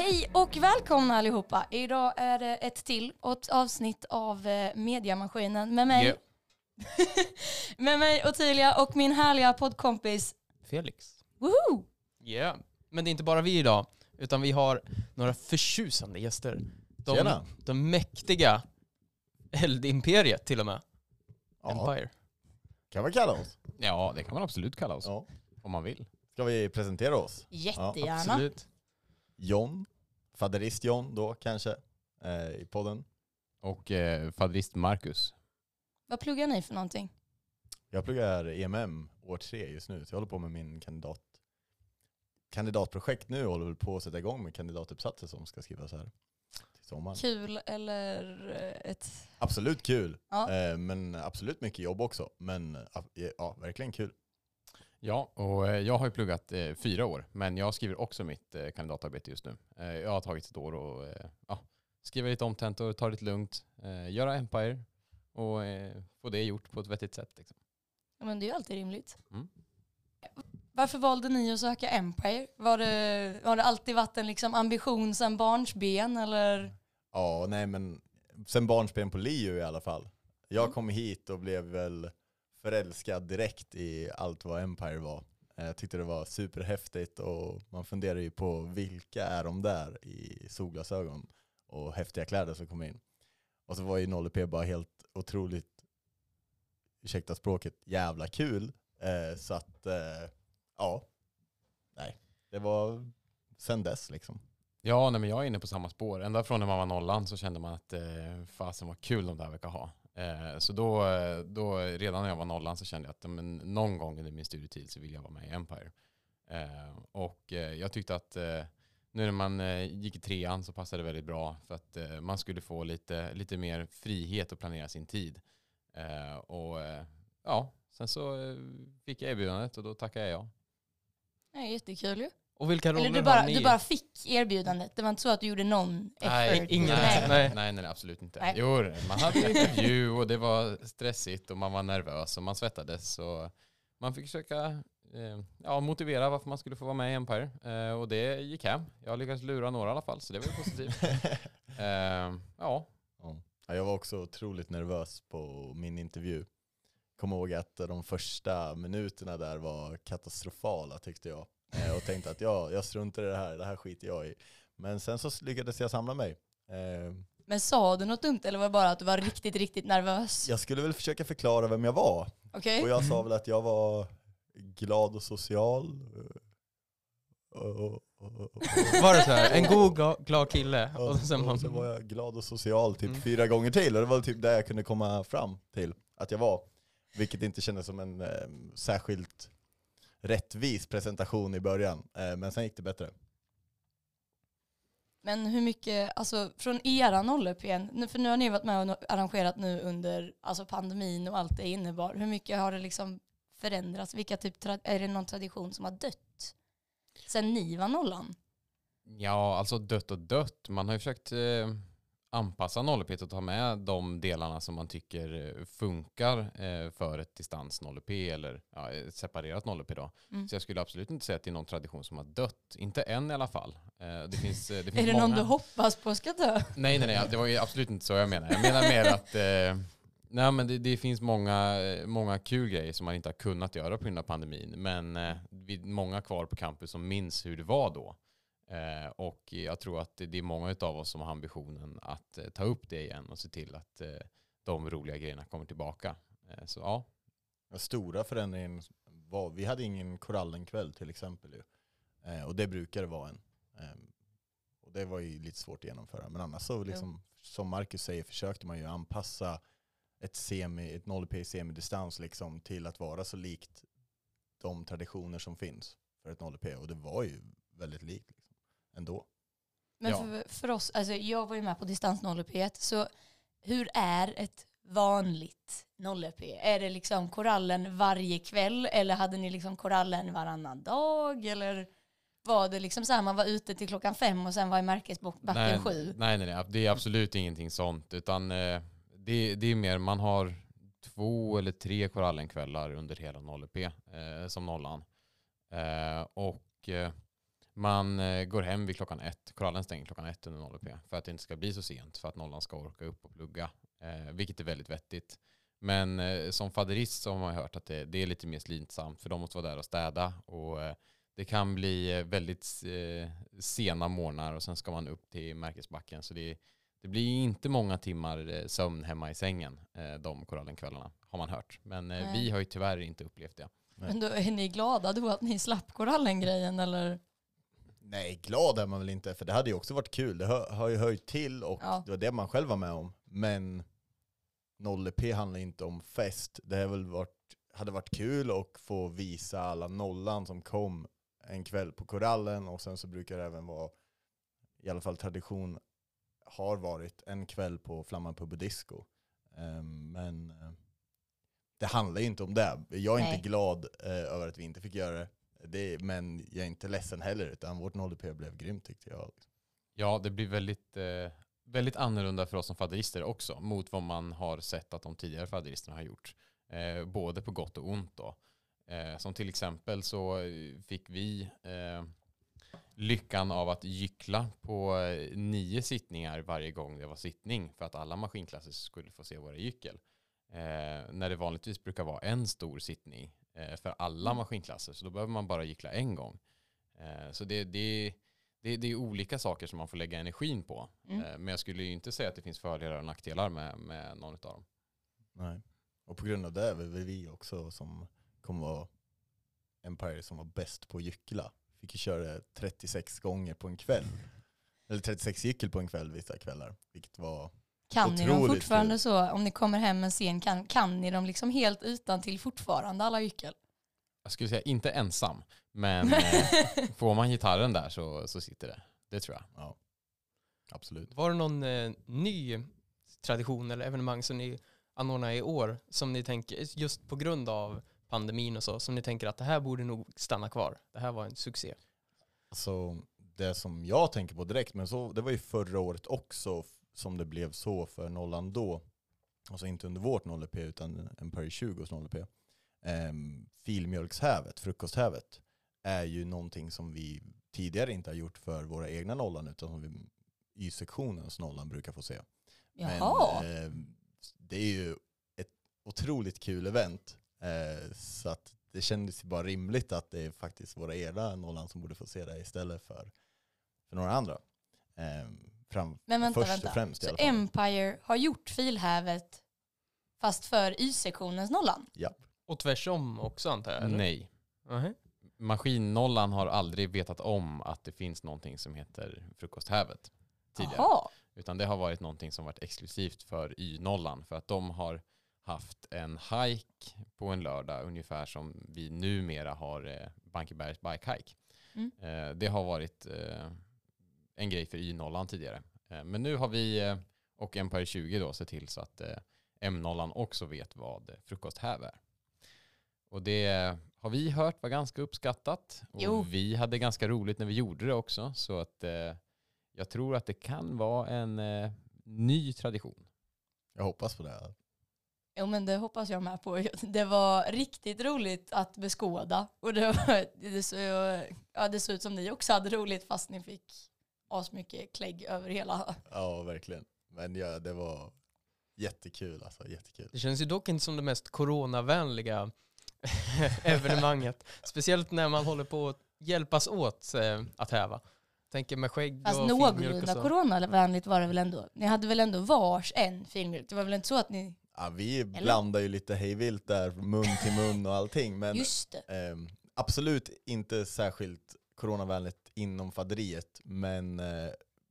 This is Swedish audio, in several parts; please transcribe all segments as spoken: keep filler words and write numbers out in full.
Hej och välkomna allihopa. Idag är det ett till ett avsnitt av eh, Mediamaskinen med mig. Yeah. med mig Ottilia och min härliga poddkompis Felix. Woohoo! Ja, yeah. Men det är inte bara vi idag, utan vi har några förtjusande gäster. De, Tjena. de mäktiga Eldimperiet till och med. Ja, Empire. kan vi kalla oss. Ja, det kan man absolut kalla oss. Ja. Om man vill. Ska vi presentera oss? Jättegärna. Absolut. John, faderist John då kanske, eh, i podden. Och eh, faderist Marcus. Vad pluggar ni för någonting? Jag pluggar E M M år tre just nu, så jag håller på med min kandidat kandidatprojekt nu och håller väl på att sätta igång med kandidatuppsatser som ska skrivas här till sommaren. Kul eller eh, ett... Absolut kul, Ja. eh, men absolut mycket jobb också. Men eh, ja, verkligen kul. Ja, och eh, jag har ju pluggat eh, fyra år, men jag skriver också mitt eh, kandidatarbete just nu. Eh, jag har tagit ett år och eh, ja, skriva lite omtentor, ta det lite lugnt, eh, göra Empire och eh, få det gjort på ett vettigt sätt. Liksom. Ja, men det är ju alltid rimligt. Mm. Varför valde ni att söka Empire? Var det, var det alltid varit en liksom ambition sedan barnsben eller? Ja, nej men sen barnsben på L I U i alla fall. Jag Mm. kom hit och blev väl förälskad direkt i allt vad Empire var. Jag tyckte det var superhäftigt och man funderar ju på vilka är de där i solglasögon och häftiga kläder som kom in. Och så var ju noll P bara helt otroligt, ursäkta språket, jävla kul. Eh, så att, eh, ja, nej, det var sen dess liksom. Ja, nej, men jag är inne på samma spår. Ända från när man var nollan så kände man att eh, fasen var kul de där verkar ha. Eh, så då, då, redan när jag var nollan så kände jag att men, någon gång under min studietid så vill jag vara med i Empire. Eh, och eh, jag tyckte att eh, nu när man eh, gick i trean så passade det väldigt bra för att eh, man skulle få lite, lite mer frihet att planera sin tid. Eh, och eh, ja, sen så eh, fick jag erbjudandet och då tackade jag ja. Det är jättekul ju. Och vilka roller Eller du bara, har ni? du bara fick erbjudandet. Det var inte så att du gjorde någon Nej, effort. ingen, Nej. nej. Nej, nej, absolut inte. Nej. Jo, man hade en intervju och det var stressigt och man var nervös och man svettades. Så man fick försöka eh, ja, motivera varför man skulle få vara med i Empire. Eh, och det gick hem. Jag lyckades lura några i alla fall, så det var ju positivt. eh, ja. Ja, jag var också otroligt nervös på min intervju. Kom ihåg att de första minuterna där var katastrofala tyckte jag. Eh, och tänkte att ja, jag struntar i det här, det här skiter jag i. Men sen så lyckades jag samla mig. Eh, Men sa du något dumt eller var det bara att du var riktigt, riktigt nervös? jag skulle väl försöka förklara vem jag var. Okej. Och jag sa väl att jag var glad och social. Och, och, och, och, Var det så här, en god, ga- glad kille? och, Och sen och så var man, jag glad och social typ Mm. fyra gånger till. Och det var typ där jag kunde komma fram till att jag var. Vilket inte kändes som en eh, särskilt rättvis presentation i början. Eh, men sen gick det bättre. Men hur mycket, alltså från era noll P, nu- för nu har ni varit med och arrangerat nu under alltså pandemin och allt det innebar. Hur mycket har det liksom förändrats? Vilka typ, tra- är det någon tradition som har dött sen ni var nollan? ja, alltså dött och dött. Man har ju försökt eh, anpassa noll P och ta med de delarna som man tycker eh, funkar eh, för ett distans noll P eller ja, ett separerat noll P då. Mm. Så jag skulle absolut inte säga att det är någon tradition som har dött. Inte än i alla fall. Eh, det finns, eh, det finns Är det många... någon du hoppas på ska dö? Nej, nej, nej. Det var ju absolut inte så jag menar. Jag menar mer att eh, nej, men det, det finns många, många kul grejer som man inte har kunnat göra på grund av pandemin. Men eh, vi är många kvar på campus som minns hur det var då. Eh, och jag tror att det är många av oss som har ambitionen att eh, ta upp det igen och se till att eh, de roliga grejerna kommer tillbaka. Eh, så ja. Den stora förändringen var, vi hade ingen Korallenkväll till exempel ju. Eh, och det brukar det vara en. Eh, och det var ju lite svårt att genomföra. Men annars så liksom, som Marcus säger, försökte man ju anpassa ett, semi, ett noll P semidistans liksom till att vara så likt de traditioner som finns för ett noll P. Och det var ju väldigt likt liksom, ändå. Men Ja. för, för oss, alltså jag var ju med på distans noll P, så hur är ett vanligt noll P? Är det liksom korallen varje kväll eller hade ni liksom korallen varannan dag eller var det liksom så här man var ute till klockan fem och sen var i märkesbacken nej, sju? nej, nej, nej. Det är absolut ingenting sånt. Utan eh, det, det är mer, man har två eller tre korallenkvällar under hela noll P eh, som nollan. Eh, och eh, Man eh, går hem vid klockan ett. Korallen stänger klockan ett under noll P. För att det inte ska bli så sent. För att nollan ska orka upp och plugga. Eh, vilket är väldigt vettigt. Men eh, som faderist så har man hört att det, det är lite mer slitsamt. För de måste vara där och städa. Och eh, det kan bli eh, väldigt eh, sena morgnar. Och sen ska man upp till Märkesbacken. Så det, det blir inte många timmar eh, sömn hemma i sängen. Eh, de korallenkvällarna har man hört. Men eh, vi har ju tyvärr inte upplevt det. Men då är ni glada då att ni slapp korallengrejen eller? Nej, glad är man väl inte, för det hade ju också varit kul. Det har, har ju höjt till och Ja. det var det man själv var med om. Men noll P handlar inte om fest. Det har väl varit, hade varit kul att få visa alla nollan som kom en kväll på korallen. Och sen så brukar det även vara, i alla fall tradition har varit, en kväll på Flamman Pub och Disco. Um, men uh, det handlar ju inte om det. Jag är Nej. inte glad uh, över att vi inte fick göra det. Det, men jag är inte ledsen heller, utan vårt noll P blev grymt tyckte jag. Ja, det blir väldigt, eh, väldigt annorlunda för oss som faderister också mot vad man har sett att de tidigare faderisterna har gjort. Eh, både på gott och ont då. Eh, som till exempel så fick vi eh, lyckan av att gyckla på eh, nio sittningar varje gång det var sittning för att alla maskinklasser skulle få se våra gyckel. Eh, när det vanligtvis brukar vara en stor sittning eh, för alla maskinklasser, så då behöver man bara gyckla en gång. Eh, så det, det, det, det är olika saker som man får lägga energin på. Mm. Eh, men jag skulle ju inte säga att det finns fördelar och nackdelar med, med någon av dem. Nej. Och på grund av det är väl vi också som kommer vara Empire som var bäst på att gyckla. Fick ju köra trettiosex gånger på en kväll. Eller trettiosex gyckel på en kväll vissa kvällar. Vilket var Kan ni dem otroligt fortfarande kul. så, om ni kommer hem en sen, kan, kan ni dem liksom helt utan till fortfarande alla gyckel? Jag skulle säga inte ensam, men eh, får man gitarren där så, så sitter det. Det tror jag. Ja, absolut. Var det någon eh, ny tradition eller evenemang som ni anordnar i år som ni tänker, just på grund av pandemin och så, som ni tänker att det här borde nog stanna kvar? Det här var en succé. Alltså det som jag tänker på direkt, men så, det var ju förra året också som det blev så för nollan då. Alltså inte under vårt noll P utan Empire tjugos noll P. Um, filmjölkshävet, frukosthävet, är ju någonting som vi tidigare inte har gjort för våra egna nollan, utan som vi Y-sektionens nollan brukar få se. Jaha. Men eh, det är ju ett otroligt kul event. Eh, så att det kändes ju bara rimligt att det är faktiskt våra egna nollan som borde få se det istället för, för några andra. Eh, fram, Men vänta, först vänta. och främst i Så alla fall. Empire har gjort filhävet fast för Y-sektionens nollan? Ja. Och tvärsom också antar jag? Eller? Nej. Uh-huh. Maskinnollan har aldrig vetat om att det finns någonting som heter frukosthävet tidigare. Jaha. Utan det har varit någonting som varit exklusivt för Y-nollan. För att de har haft en hike på en lördag ungefär som vi numera har eh, Bankebergs bike hike. Mm. Eh, det har varit eh, en grej för Y-nollan tidigare. Eh, men nu har vi eh, och Empire tjugo då sett till så att eh, M-nollan också vet vad frukosthäv är. Och det har vi hört var ganska uppskattat. Och Jo. vi hade ganska roligt när vi gjorde det också. Så att eh, jag tror att det kan vara en eh, ny tradition. Jag hoppas på det. Jo, men det hoppas jag med på. Det var riktigt roligt att beskåda. Och det, var, det, så, ja, det såg ut som ni också hade roligt fast ni fick asmycket klägg över hela. Ja, verkligen. Men ja, det var jättekul. Alltså, jättekul. Det känns ju dock inte som det mest coronavänliga evenemanget. Speciellt när man håller på att hjälpas åt eh, att häva. Tänker med skägg Fast och filmjölk och någorlunda så. coronavänligt var det väl ändå. Ni hade väl ändå vars en filmjölk? Det var väl inte så att ni... Ja, vi blandar ju lite hejvilt där, mun till mun och allting. Men Just det. eh, absolut inte särskilt coronavänligt inom faderiet. Men eh,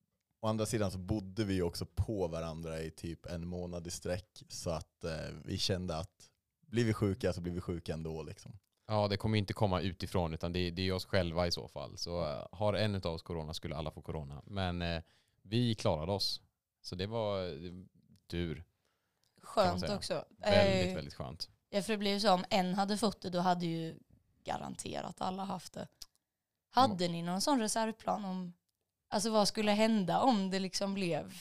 å andra sidan så bodde vi också på varandra i typ en månad i sträck. Så att eh, vi kände att blir vi sjuka så blir vi sjuka ändå liksom. Ja, det kommer inte komma utifrån utan det, det är oss själva i så fall. Så uh, har en av oss corona skulle alla få corona. Men uh, vi klarade oss. Så det var uh, tur. Skönt säga. också. Väldigt, Eh, väldigt skönt. Ja, för det blir ju så om en hade fått det, då hade ju garanterat alla haft det. Hade ni någon sån reservplan om, alltså vad skulle hända om det liksom blev?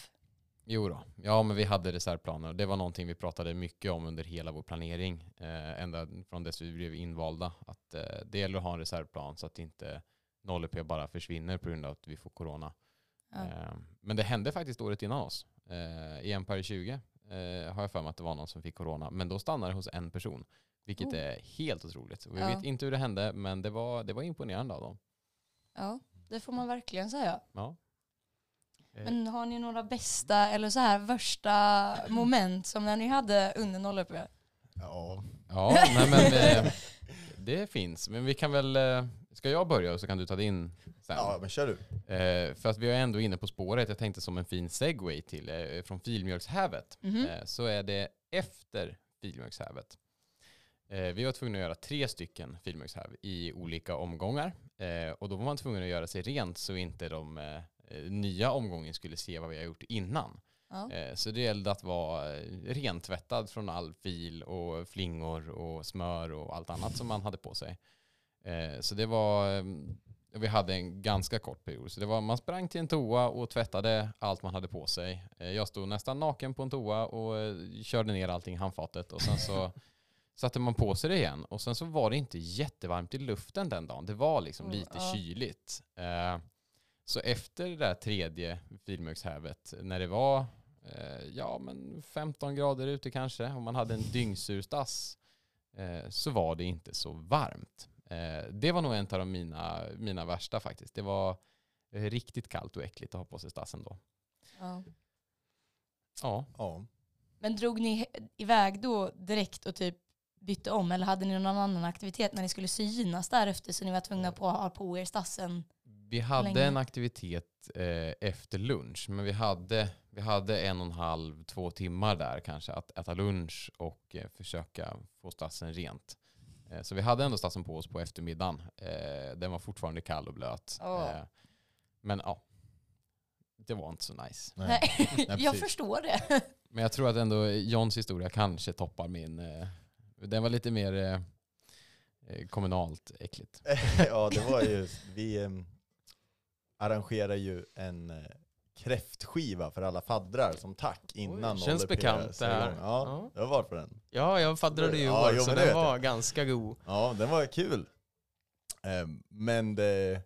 Jo då. Ja, men vi hade reservplaner. Det var någonting vi pratade mycket om under hela vår planering. Eh, ända från dess vi blev invalda. Att eh, det gäller att ha en reservplan så att inte noll P bara försvinner på grund av att vi får corona. Ja. Eh, men det hände faktiskt året innan oss. Eh, I Empire tjugo eh, har jag för mig att det var någon som fick corona. Men då stannade det hos en person. Vilket Oh. är helt otroligt. Och vi Ja. vet inte hur det hände, men det var, det var imponerande av dem. Ja, det får man verkligen säga. Ja. Eh, Men har ni några bästa eller så här värsta moment som när ni hade under noll P? Ja. Ja, nej, men eh, det finns. Men vi kan väl... Eh, ska jag börja och så kan du ta din sen? Ja, men kör du. Eh, för att vi är ändå inne på spåret. Jag tänkte som en fin segway till eh, från filmjölkshävet. Mhm. Eh, så är det efter filmjölkshävet. Eh, vi var tvungna att göra tre stycken filmjölkshäv i olika omgångar. Eh, och då var man tvungen att göra sig rent så inte de eh, nya omgången skulle se vad vi har gjort innan. Ja. Eh, så det gällde att vara eh, rentvättad från all fil och flingor och smör och allt annat som man hade på sig. Eh, så det var... Eh, vi hade en ganska kort period. Så det var, man sprang till en toa och tvättade allt man hade på sig. Eh, jag stod nästan naken på en toa och eh, körde ner allting i handfatet. Och sen så satte man på sig det igen. Och sen så var det inte jättevarmt i luften den dagen. Det var liksom Oh, lite ja. kyligt. Eh, så efter det där tredje filmjölkshävet, när det var eh, ja, men femton grader ute kanske, och man hade en dyngsur stass, eh, så var det inte så varmt. Eh, det var nog en av de mina, mina värsta faktiskt. Det var eh, riktigt kallt och äckligt att ha på sig stassen då. Ja. Ja. Ja. Men drog ni he- iväg då direkt och typ bytte om? Eller hade ni någon annan aktivitet när ni skulle synas därefter så ni var tvungna på att ha på er stassen? Vi hade länge? en aktivitet eh, efter lunch, men vi hade, vi hade en och en halv, två timmar där kanske att äta lunch och eh, försöka få stassen rent. Eh, så vi hade ändå stassen på oss på eftermiddagen. Eh, den var fortfarande kall och blöt. Åh. Eh, men ja, det var inte så nice. Nej. Nej, Nej, jag precis. förstår det. Men jag tror att ändå Johns historia kanske toppar min. Eh, den var lite mer eh, eh, kommunalt äckligt. Ja, det var ju... Vi eh, arrangerar ju en eh, kräftskiva för alla faddrar som tack innan Oj, känns noll P bekant säger det här. igång. Ja, Ja. jag var på den. Ja, jag faddrade ju i Ja, år, jo, så men det den vet var jag. ganska god. Ja, den var kul. Eh, men det,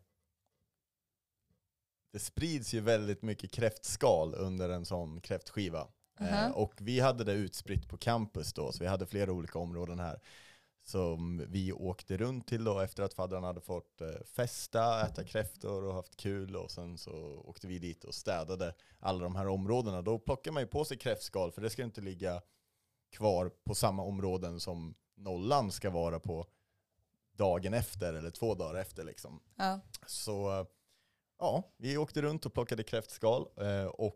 det sprids ju väldigt mycket kräftskal under en sån kräftskiva. Eh, Mhm. och vi hade det utspritt på campus då, så vi hade flera olika områden här som vi åkte runt till då efter att faddrarna hade fått eh, festa, äta kräftor och haft kul, och sen så åkte vi dit och städade alla de här områdena. Då plockar man ju på sig kräftskal, för det ska inte ligga kvar på samma områden som nollan ska vara på dagen efter eller två dagar efter liksom. Ja. Så eh, ja, vi åkte runt och plockade kräftskal eh, och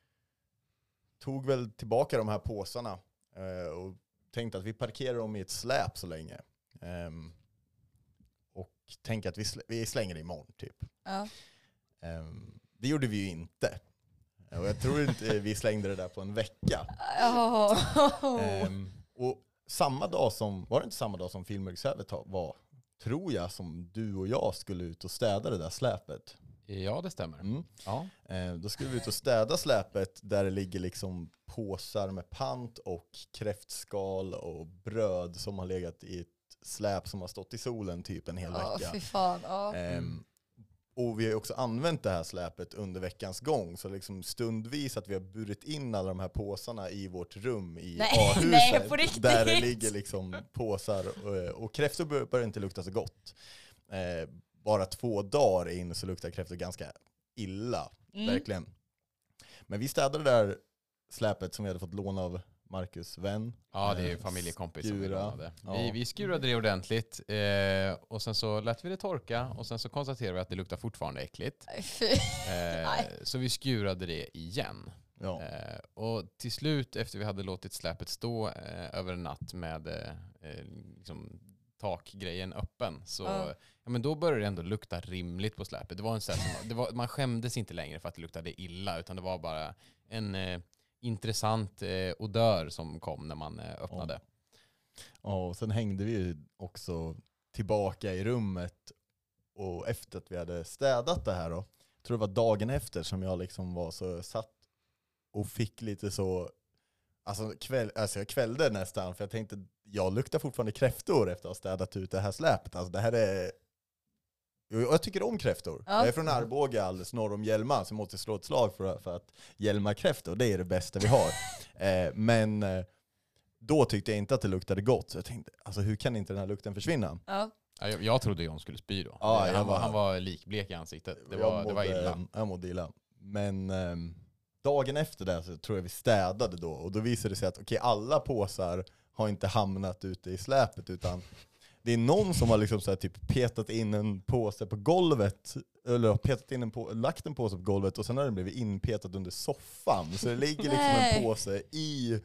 tog väl tillbaka de här påsarna eh, och tänkte att vi parkerar dem i ett släp så länge. Ehm, och tänkte att vi, slä- vi slänger det imorgon typ. Ja. Ehm, det gjorde vi ju inte. Och jag tror inte vi slängde det där på en vecka. Oh. Ehm, och samma dag som, var det inte samma dag som filmjölkshävet var, tror jag, som du och jag skulle ut och städa det där släpet. Ja, det stämmer. Mm. Ja. Eh, då skulle vi ut och städa släpet där det ligger liksom påsar med pant och kräftskal och bröd som har legat i ett släp som har stått i solen typ en hel Ja, vecka. fy fan. Ja. Ehm, och vi har ju också använt det här släpet under veckans gång, så liksom stundvis att vi har burit in alla de här påsarna i vårt rum i Nej, A-huset, nej, på riktigt? där det ligger liksom påsar och, och kräftor bör- börjar inte lukta så gott. Eh, bara två dagar in så luktar kräftor ganska illa, Mm. verkligen. Men vi städade det där släpet som vi hade fått låna av Marcus vän. Ja, det är ju Eh, familjekompis som vi skura. lånade. Ja. Vi, vi skurade det ordentligt eh, och sen så lät vi det torka och sen så konstaterade vi att det luktar fortfarande äckligt. Fy. Eh, Nej. så vi skurade det igen. Ja. Eh, och till slut, efter vi hade låtit släpet stå eh, över en natt med eh, eh, liksom, takgrejen öppen, så Ja. ja, men då började det ändå lukta rimligt på släpet. Det var en sån här som, det var, man skämdes inte längre för att det luktade illa, utan det var bara en eh, intressant eh, odör som kom när man eh, öppnade. Ja, och sen hängde vi ju också tillbaka i rummet, och efter att vi hade städat det här då, jag tror det var dagen efter som jag liksom var så satt och fick lite så, alltså, kväll, alltså jag kvällde nästan, för jag tänkte, jag luktar fortfarande kräftor efter att ha städat ut det här släpet. Alltså det här är, Jo, jag tycker om kräftor. Ja. Jag är från Arboga, alldeles norr om Hjälma, så jag måste slå ett slag för, för att Hjälma kräftor, det är det bästa vi har. eh, men eh, då tyckte jag inte att det luktade gott. Så jag tänkte, alltså hur kan inte den här lukten försvinna? Ja. Ja, jag, jag trodde John skulle spy då. Ja, han, jag var, var- han var likblek i ansiktet. Det Jag var, det var mådde- illa. Jag mådde illa. Men ehm, dagen efter det så tror jag vi städade då. Och då visade det sig att okej, alla påsar har inte hamnat ute i släpet, utan det är någon som har liksom så här typ petat in en påse på golvet, eller petat in en på, lagt en påse på golvet, och sen har den blivit inpetad under soffan. Så det ligger liksom Nej. en påse i,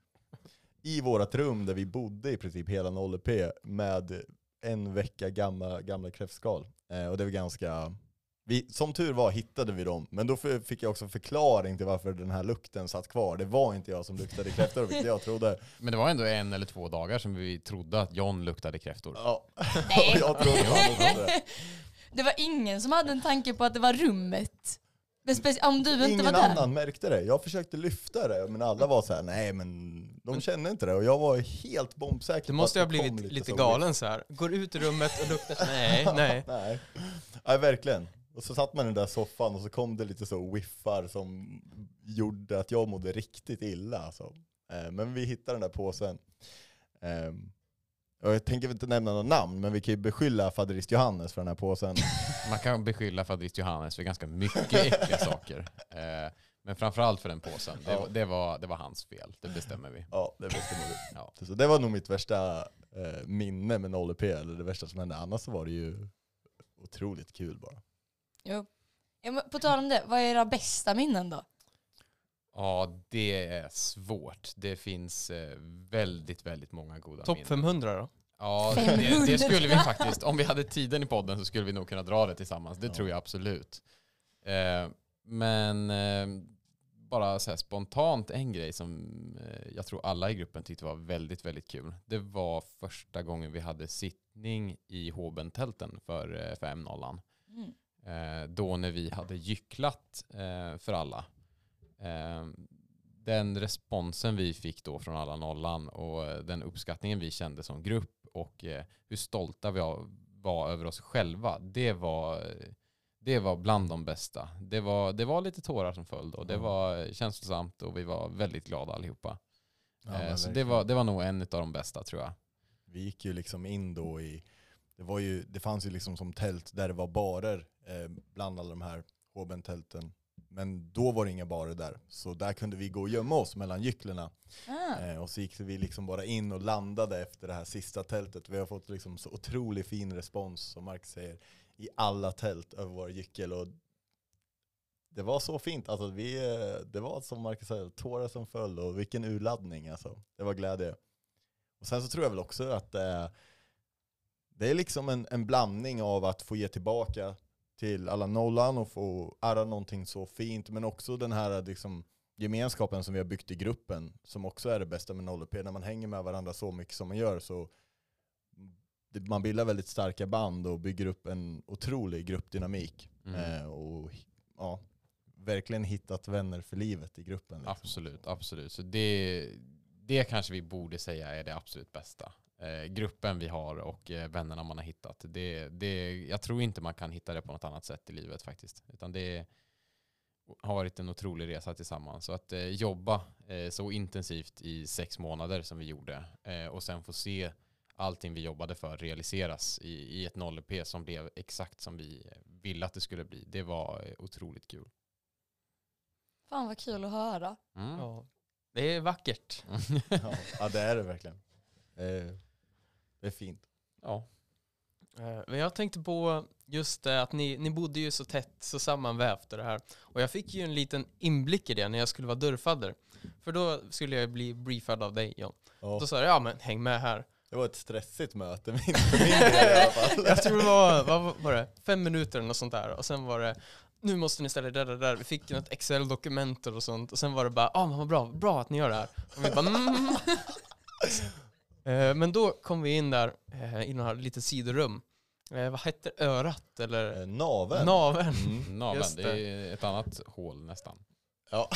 i vårat rum där vi bodde i princip hela noll P med en vecka gamla, gamla kräftskal. Eh, och det var ganska... Vi, som tur var hittade vi dem, men då f- fick jag också förklaring till varför den här lukten satt kvar. Det var inte jag som luktade kräftor, vilket jag trodde. Men det var ändå en eller två dagar som vi trodde att John luktade kräftor. Ja, Nej. och jag trodde han luktade det. Det var ingen som hade en tanke på att det var rummet. Men speci- om du inte Ingen var där. annan märkte det. Jag försökte lyfta det, men alla var så här: nej men de kände inte det. Och jag var helt bombsäker Du på måste ju att ha det kom blivit lite så galen så här. Går ut ur rummet och luktar så- nej, nej. Nej. Nej, verkligen. Och så satt man i den där soffan och så kom det lite så whiffar som gjorde att jag mådde riktigt illa. Alltså. Eh, men vi hittade den där påsen. Eh, och jag tänker inte nämna någon namn, men vi kan ju beskylla faderist Johannes för den här påsen. Man kan beskylla faderist Johannes för ganska mycket äckliga saker. Eh, men framförallt för den påsen. Det, Ja. var- det, var, det var hans fel, det bestämmer vi. Ja, det bestämmer vi. Ja. Så det var nog mitt värsta eh, minne med noll P, eller det värsta som hände. Annars så var det ju otroligt kul bara. Jo. Ja, men på tal om det, vad är era bästa minnen då? Ja, det är svårt. Det finns eh, väldigt, väldigt många goda Topp minnen. femhundra då? Ja, det, det skulle vi faktiskt. Om vi hade tiden i podden så skulle vi nog kunna dra det tillsammans. Det Ja. tror jag absolut. Eh, men eh, bara så här spontant en grej som eh, jag tror alla i gruppen tyckte var väldigt, väldigt kul. Det var första gången vi hade sittning i Håben-tälten för, eh, för M noll. Mm. Eh, då när vi hade gycklat eh, för alla. Eh, den responsen vi fick då från alla nollan och eh, den uppskattningen vi kände som grupp och eh, hur stolta vi var över oss själva, det var, det var bland de bästa. Det var, det var lite tårar som följde och det Mm. var känslosamt och vi var väldigt glada allihopa. Ja, eh, men så det verkligen. var, det var nog en av de bästa tror jag. Vi gick ju liksom in då i, det var ju, det fanns ju liksom som tält där det var barer eh, bland alla de här Håben-tälten. Men då var det inga barer där. Så där kunde vi gå och gömma oss mellan gycklarna. Ah. Eh, och så gick vi liksom bara in och landade efter det här sista tältet. Vi har fått liksom så otroligt fin respons, som Mark säger, i alla tält över vår gyckel. Och det var så fint. Alltså vi, eh, det var som Marcus säger, tårar som föll och vilken urladdning. Alltså. Det var glädje. Och sen så tror jag väl också att eh, det är liksom en, en blandning av att få ge tillbaka till alla nollan och få ära någonting så fint, men också den här liksom gemenskapen som vi har byggt i gruppen, som också är det bästa med noll P. När man hänger med varandra så mycket som man gör, så det, man bildar väldigt starka band och bygger upp en otrolig gruppdynamik. Mm. Eh, och ja, verkligen hittat vänner för livet i gruppen. Liksom. Absolut, absolut. Så det, det kanske vi borde säga är det absolut bästa. Eh, gruppen vi har och eh, vännerna man har hittat. Det, det, jag tror inte man kan hitta det på något annat sätt i livet faktiskt. Utan det har varit en otrolig resa tillsammans. Så att eh, jobba eh, så intensivt i sex månader som vi gjorde eh, och sen få se allting vi jobbade för realiseras i, i ett noll P som blev exakt som vi ville att det skulle bli. Det var eh, otroligt kul. Fan vad kul att höra. Mm. Ja. Det är vackert. ja, ja, det är det verkligen. Eh, det är fint. Ja. Eh, Men jag tänkte på just det att ni, ni bodde ju så tätt, så sammanvävt i det här. Och jag fick ju en liten inblick i det när jag skulle vara dörrfadder. För då skulle jag bli briefad av dig, John. Ja, Då sa jag, ja men häng med här. det var ett stressigt möte min, för min del i alla fall. Jag tror det var, vad var det, fem minuter eller något sånt där. Och sen var det, nu måste ni ställa det där, där. Vi fick något Excel-dokument och sånt. Och sen var det bara, ja ah, men vad bra, bra att ni gör det här. Och vi bara, mm. eh, Men då kom vi in där eh, i några lite sidorum. Eh, vad hette örat eller Eh, naveln. naveln? Mm. Naveln, Just det är ett annat hål nästan. Ja,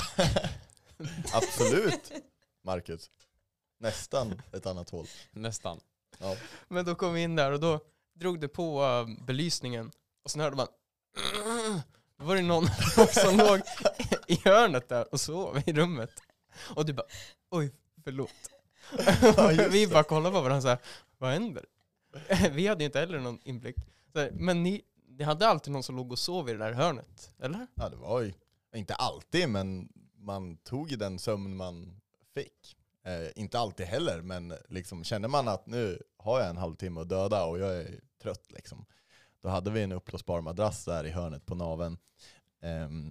absolut, Marcus. Nästan ett annat håll. Nästan. Ja. Men då kom vi in där och då drog det på uh, belysningen. Och sen hörde man då var det någon som låg i hörnet där och sov i rummet. Och du bara, oj, förlåt. Ja, Vi bara kollade på varandra så här, vad händer? Vi hade ju inte heller någon inblick. Så här, men ni, ni hade alltid någon som låg och sov i det där hörnet, eller? Ja, det var ju inte alltid, men man tog ju den sömn man fick. Eh, inte alltid heller, men liksom, kände man att nu har jag en halvtimme att döda och jag är trött liksom. Då hade vi en uppblåsbar madrass där i hörnet på naven. Ehm,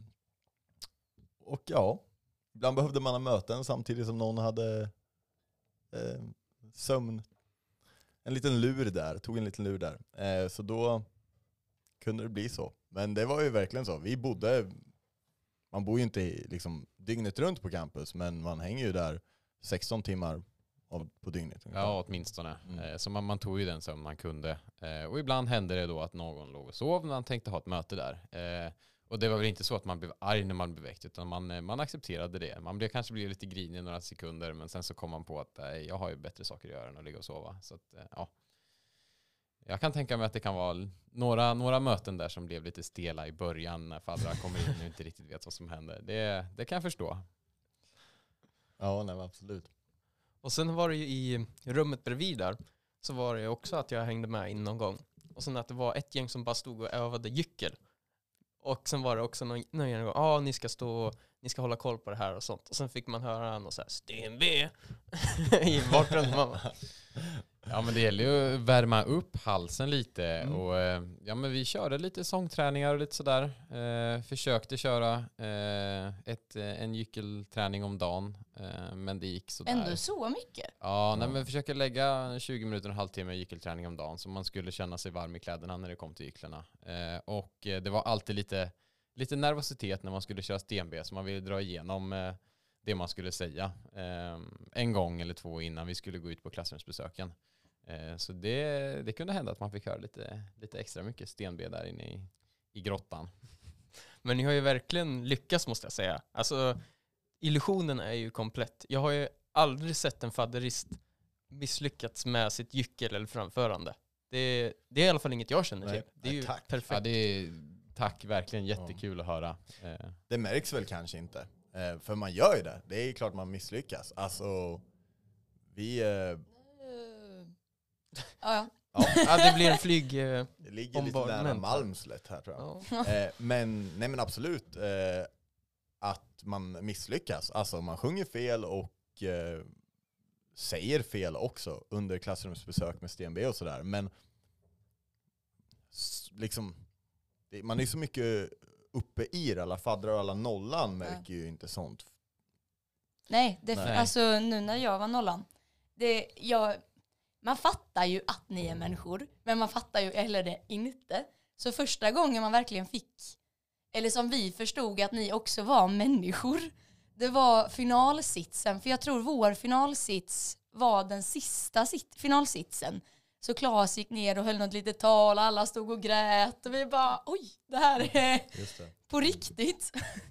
och ja, ibland behövde man ha möten samtidigt som någon hade eh, sömn. En liten lur där, tog en liten lur där. Eh, så då kunde det bli så. Men det var ju verkligen så. Vi bodde, man bor ju inte i, liksom, dygnet runt på campus, men man hänger ju där sexton timmar av, på dygnet. Ja, åtminstone. Mm. Eh, Så man, man tog ju den som man kunde. Eh, Och ibland hände det då att någon låg och sov när man tänkte ha ett möte där. Eh, Och det var väl inte så att man blev arg när man blev väckt, utan man, eh, man accepterade det. Man blev kanske blev lite grinig några sekunder, men sen så kom man på att eh, jag har ju bättre saker att göra än att ligga och sova. Så att, eh, ja. Jag kan tänka mig att det kan vara några, några möten där som blev lite stela i början när faddrar kommer in och inte riktigt vet vad som händer. Det, det kan jag förstå. Ja, nej, absolut. Och sen var det ju i rummet bredvid där, så var det också att jag hängde med in någon gång. Och sen att det var ett gäng som bara stod och övade gyckel. Och sen var det också någon, någon gång, ja ah, ni ska stå, ni ska hålla koll på det här och sånt. Och sen fick man höra något så här, Sten B i bakgrunden. Ja, men det gäller ju att värma upp halsen lite. Mm. Och eh, ja, men vi körde lite sångträningar och lite sådär. Eh, försökte köra eh, ett, eh, en gyckelträning om dagen. Eh, men det gick sådär. Ändå så mycket. Ja, nej, men försöker lägga tjugo minuter och en halvtimme gyckelträning om dagen. Så man skulle känna sig varm i kläderna när det kom till gycklarna. Eh, och eh, det var alltid lite, lite nervositet när man skulle köra sten B. Så man ville dra igenom eh, det man skulle säga. Eh, en gång eller två innan vi skulle gå ut på klassrumsbesöken. Så det, det kunde hända att man fick höra lite, lite extra mycket sten B där inne i, i grottan. Men ni har ju verkligen lyckats, måste jag säga. Alltså, illusionen är ju komplett. Jag har ju aldrig sett en fadderist misslyckats med sitt gyckel eller framförande. Det, det är i alla fall inget jag känner Nej, till. Det är ju tack. perfekt. Ja, det är, tack, verkligen jättekul att höra. Eh, Det märks väl kanske inte. Eh, för man gör ju det. Det är ju klart man misslyckas. Alltså, vi... Eh, Ja, ja. ja, Ja, det blir en flyg... eh, det ligger lite Bombardment. nära Malmslätt här tror jag. Ja. Eh, men, nej men absolut. Eh, att man misslyckas. Alltså man sjunger fel och eh, säger fel också under klassrumsbesök med Sten B och sådär. Men s- liksom, det, man är så mycket uppe i det. Alla faddrar och alla nollan märker ju inte sånt. Nej, det, Nej. alltså nu när jag var nollan. Det, jag, man fattar ju att ni är människor, men man fattar ju eller det inte. Så första gången man verkligen fick, eller som vi förstod att ni också var människor, det var finalsitsen. För jag tror vår finalsits var den sista sit, finalsitsen. Så Claes gick ner och höll något litet tal, alla stod och grät och vi bara, oj, det här är Just det. på riktigt.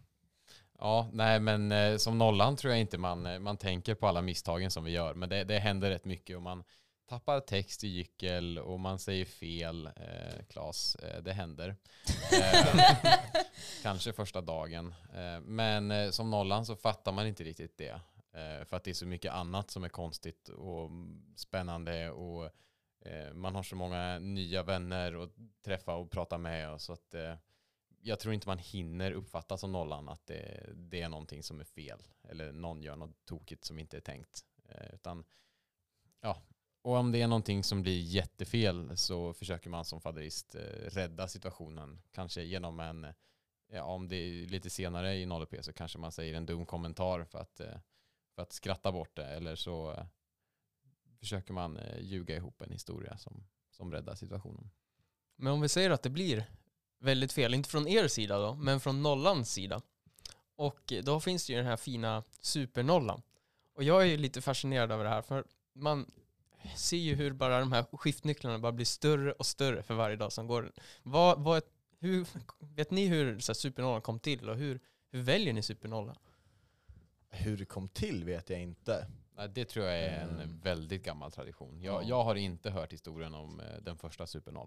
Ja, nej, men eh, som nollan tror jag inte man, eh, man tänker på alla misstagen som vi gör. Men det, det händer rätt mycket och man tappar text i gyckel och man säger fel, eh, Claes, eh, det händer. Eh, kanske första dagen. Eh, men eh, som nollan så fattar man inte riktigt det. Eh, för att det är så mycket annat som är konstigt och spännande och eh, man har så många nya vänner att träffa och prata med. Och så att, eh, jag tror inte man hinner uppfatta som nollan att det, det är någonting som är fel. Eller någon gör något tokigt som inte är tänkt. Eh, utan, ja. Och om det är någonting som blir jättefel så försöker man som fadderist eh, rädda situationen. Kanske genom en, ja, om det är lite senare i noll P så kanske man säger en dum kommentar för att, eh, för att skratta bort det. Eller så eh, försöker man eh, ljuga ihop en historia som, som räddar situationen. Men om vi säger att det blir väldigt fel, inte från er sida då, men från nollans sida. Och då finns det ju den här fina supernollan. Och jag är ju lite fascinerad över det här, för man ser ju hur bara de här skiftnycklarna bara blir större och större för varje dag som går. Vad, vad, hur, vet ni hur så här, supernollan kom till och hur, hur väljer ni supernollan? Hur det kom till vet jag inte. Nej, det tror jag är en Mm. väldigt gammal tradition. Jag, Ja. jag har inte hört historien om eh, den första supernollan.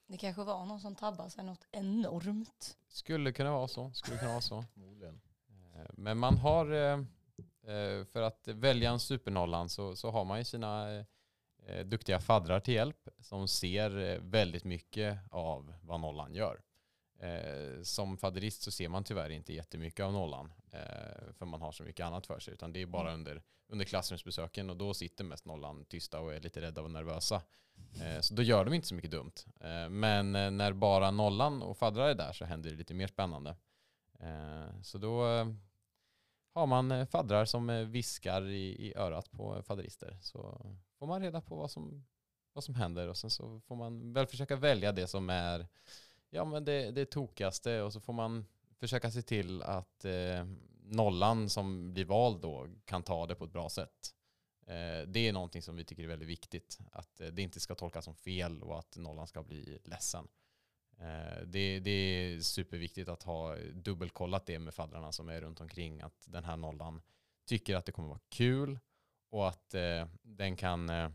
Det kanske var någon som tabbade sig något enormt. Skulle kunna vara så. Skulle kunna vara så. Förmodligen. Eh, Men man har, eh, eh, för att välja en supernollan så, så har man ju sina eh, duktiga faddrar till hjälp som ser eh, väldigt mycket av vad nollan gör. Eh, som fadderist så ser man tyvärr inte jättemycket av nollan eh, för man har så mycket annat för sig, utan det är bara Mm. under, under klassrumsbesöken, och då sitter mest nollan tysta och är lite rädda och nervösa. Eh, så då gör de inte så mycket dumt. Eh, men eh, när bara nollan och faddrar är där så händer det lite mer spännande. Eh, så då eh, har man eh, faddrar som eh, viskar i, i örat på fadderister, så får man reda på vad som, vad som händer, och sen så får man väl försöka välja det som är ja, men det, det tokigaste, och så får man försöka se till att eh, nollan som blir vald då kan ta det på ett bra sätt. Eh, det är någonting som vi tycker är väldigt viktigt. Att eh, det inte ska tolkas som fel och att nollan ska bli ledsen. Eh, det, det är superviktigt att ha dubbelkollat det med faddrarna som är runt omkring. Att den här nollan tycker att det kommer vara kul och att eh, den kan eh,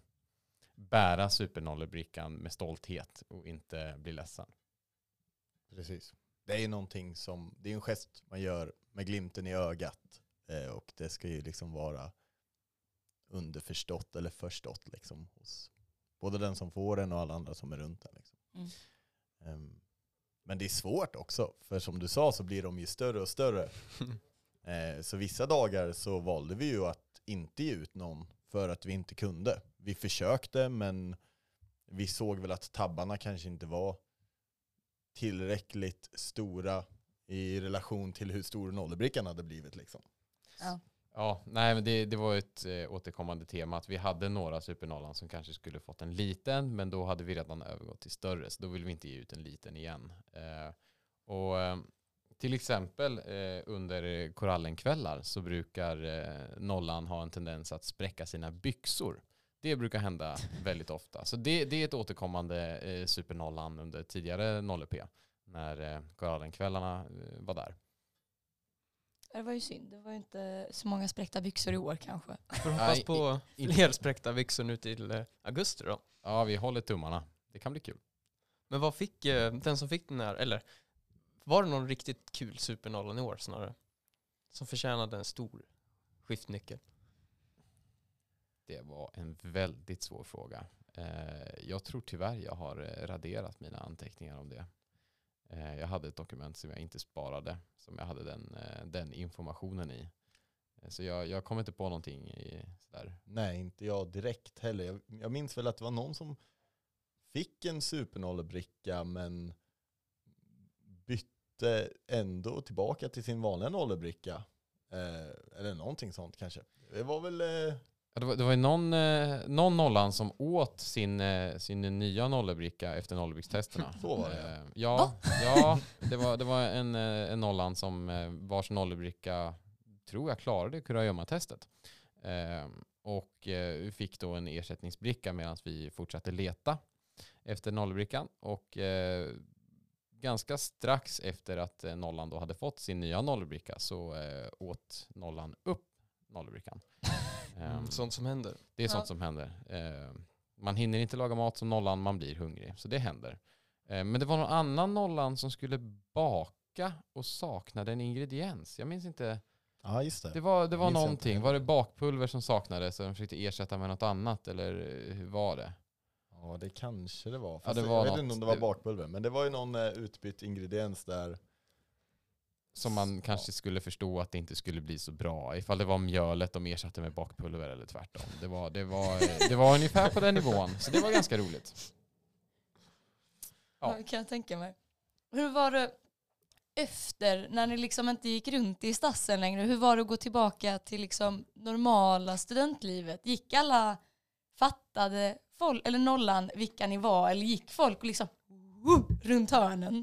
bära supernollebrickan med stolthet och inte bli ledsen. Precis. Det är ju någonting som, det är en gest man gör med glimten i ögat. Eh, och det ska ju liksom vara underförstått eller förstått liksom hos både den som får den och alla andra som är runt den. Liksom. Mm. Um, men det är svårt också, för som du sa så blir de ju större och större. eh, så vissa dagar så valde vi ju att inte ge ut någon för att vi inte kunde. Vi försökte, men vi såg väl att tabbarna kanske inte var tillräckligt stora i relation till hur stor nollebrickan hade blivit liksom. Ja. Ja, nej, men det, det var ett eh, återkommande tema att vi hade några supernollan som kanske skulle fått en liten, men då hade vi redan övergått till större, så då vill vi inte ge ut en liten igen. Eh, och eh, till exempel eh, under korallenkvällar så brukar eh, nollan ha en tendens att spräcka sina byxor. Det brukar hända väldigt ofta. Så det, det är ett återkommande eh, supernollan under tidigare noll P när eh, korallenkvällarna eh, var där. Det var ju synd. Det var ju inte så många spräckta byxor i år kanske. Får hoppas Nej, på i- fler spräckta byxor nu till eh, augusti då. Ja, vi håller tummarna. Det kan bli kul. Men vad fick eh, den som fick den här, eller var det någon riktigt kul supernollan i år snarare? Som förtjänade en stor skiftnyckel? Det var en väldigt svår fråga. Eh, jag tror tyvärr jag har eh, raderat mina anteckningar om det. Eh, jag hade ett dokument som jag inte sparade, som jag hade den, eh, den informationen i. Eh, så jag, jag kom inte på någonting i, sådär. Nej, inte jag direkt heller. Jag, jag minns väl att det var någon som fick en supernollebricka men bytte ändå tillbaka till sin vanliga nollebricka. Eh, eller någonting sånt kanske. Det var väl... Eh, Ja, det var, det var ju någon, eh, någon nollan som åt sin, eh, sin nya nollebricka efter nollebrickstesterna. Så var det, Eh, ja, ja det, var, det var en, eh, en nollan som eh, vars nollebricka tror jag klarade kurragömma-testet. Eh, och eh, vi fick då en ersättningsbricka medan vi fortsatte leta efter nollebrickan. Och eh, ganska strax efter att eh, nollan då hade fått sin nya nollebricka så eh, åt nollan upp nollebrickan. Ehm, Sånt som händer. det är sånt Ja. som händer. Eh, man hinner inte laga mat som nollan, man blir hungrig. Så det händer. Eh, men det var någon annan nollan som skulle baka och saknade en ingrediens. Jag minns inte. ja, just det. Det var, det var Minns jag någonting. inte. Var det bakpulver som saknades så de försökte ersätta med något annat? Eller eh, hur var det? Ja, det kanske det var. Ja, Fast det jag var vet något. inte om det var Det- bakpulver. Men det var ju någon eh, utbytt ingrediens där. Som man Ja. kanske skulle förstå att det inte skulle bli så bra. Ifall det var mjölet de ersatte med bakpulver eller tvärtom. Det var, det var, eh, det var ungefär på den nivån. Så det var ganska roligt. Ja. Ja. Kan jag tänka mig. Hur var det efter, när ni liksom inte gick runt i stassen längre, hur var det att gå tillbaka till liksom normala studentlivet? Gick alla, fattade folk, eller nollan vilka ni var, eller gick folk och liksom uh, runt hörnen?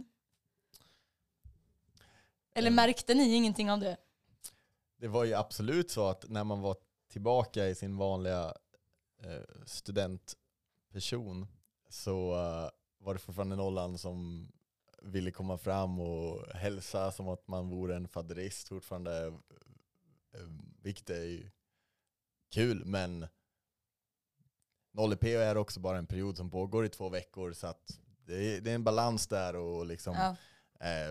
Eller Eh. märkte ni ingenting av det? Det var ju absolut så att när man var tillbaka i sin vanliga eh, studentperson så eh, var det fortfarande nollan som ville komma fram och hälsa som att man vore en fadderist fortfarande. Eh, vilket är ju kul, men noll P är också bara en period som pågår i två veckor så att det är, det är en balans där och liksom Ja. eh,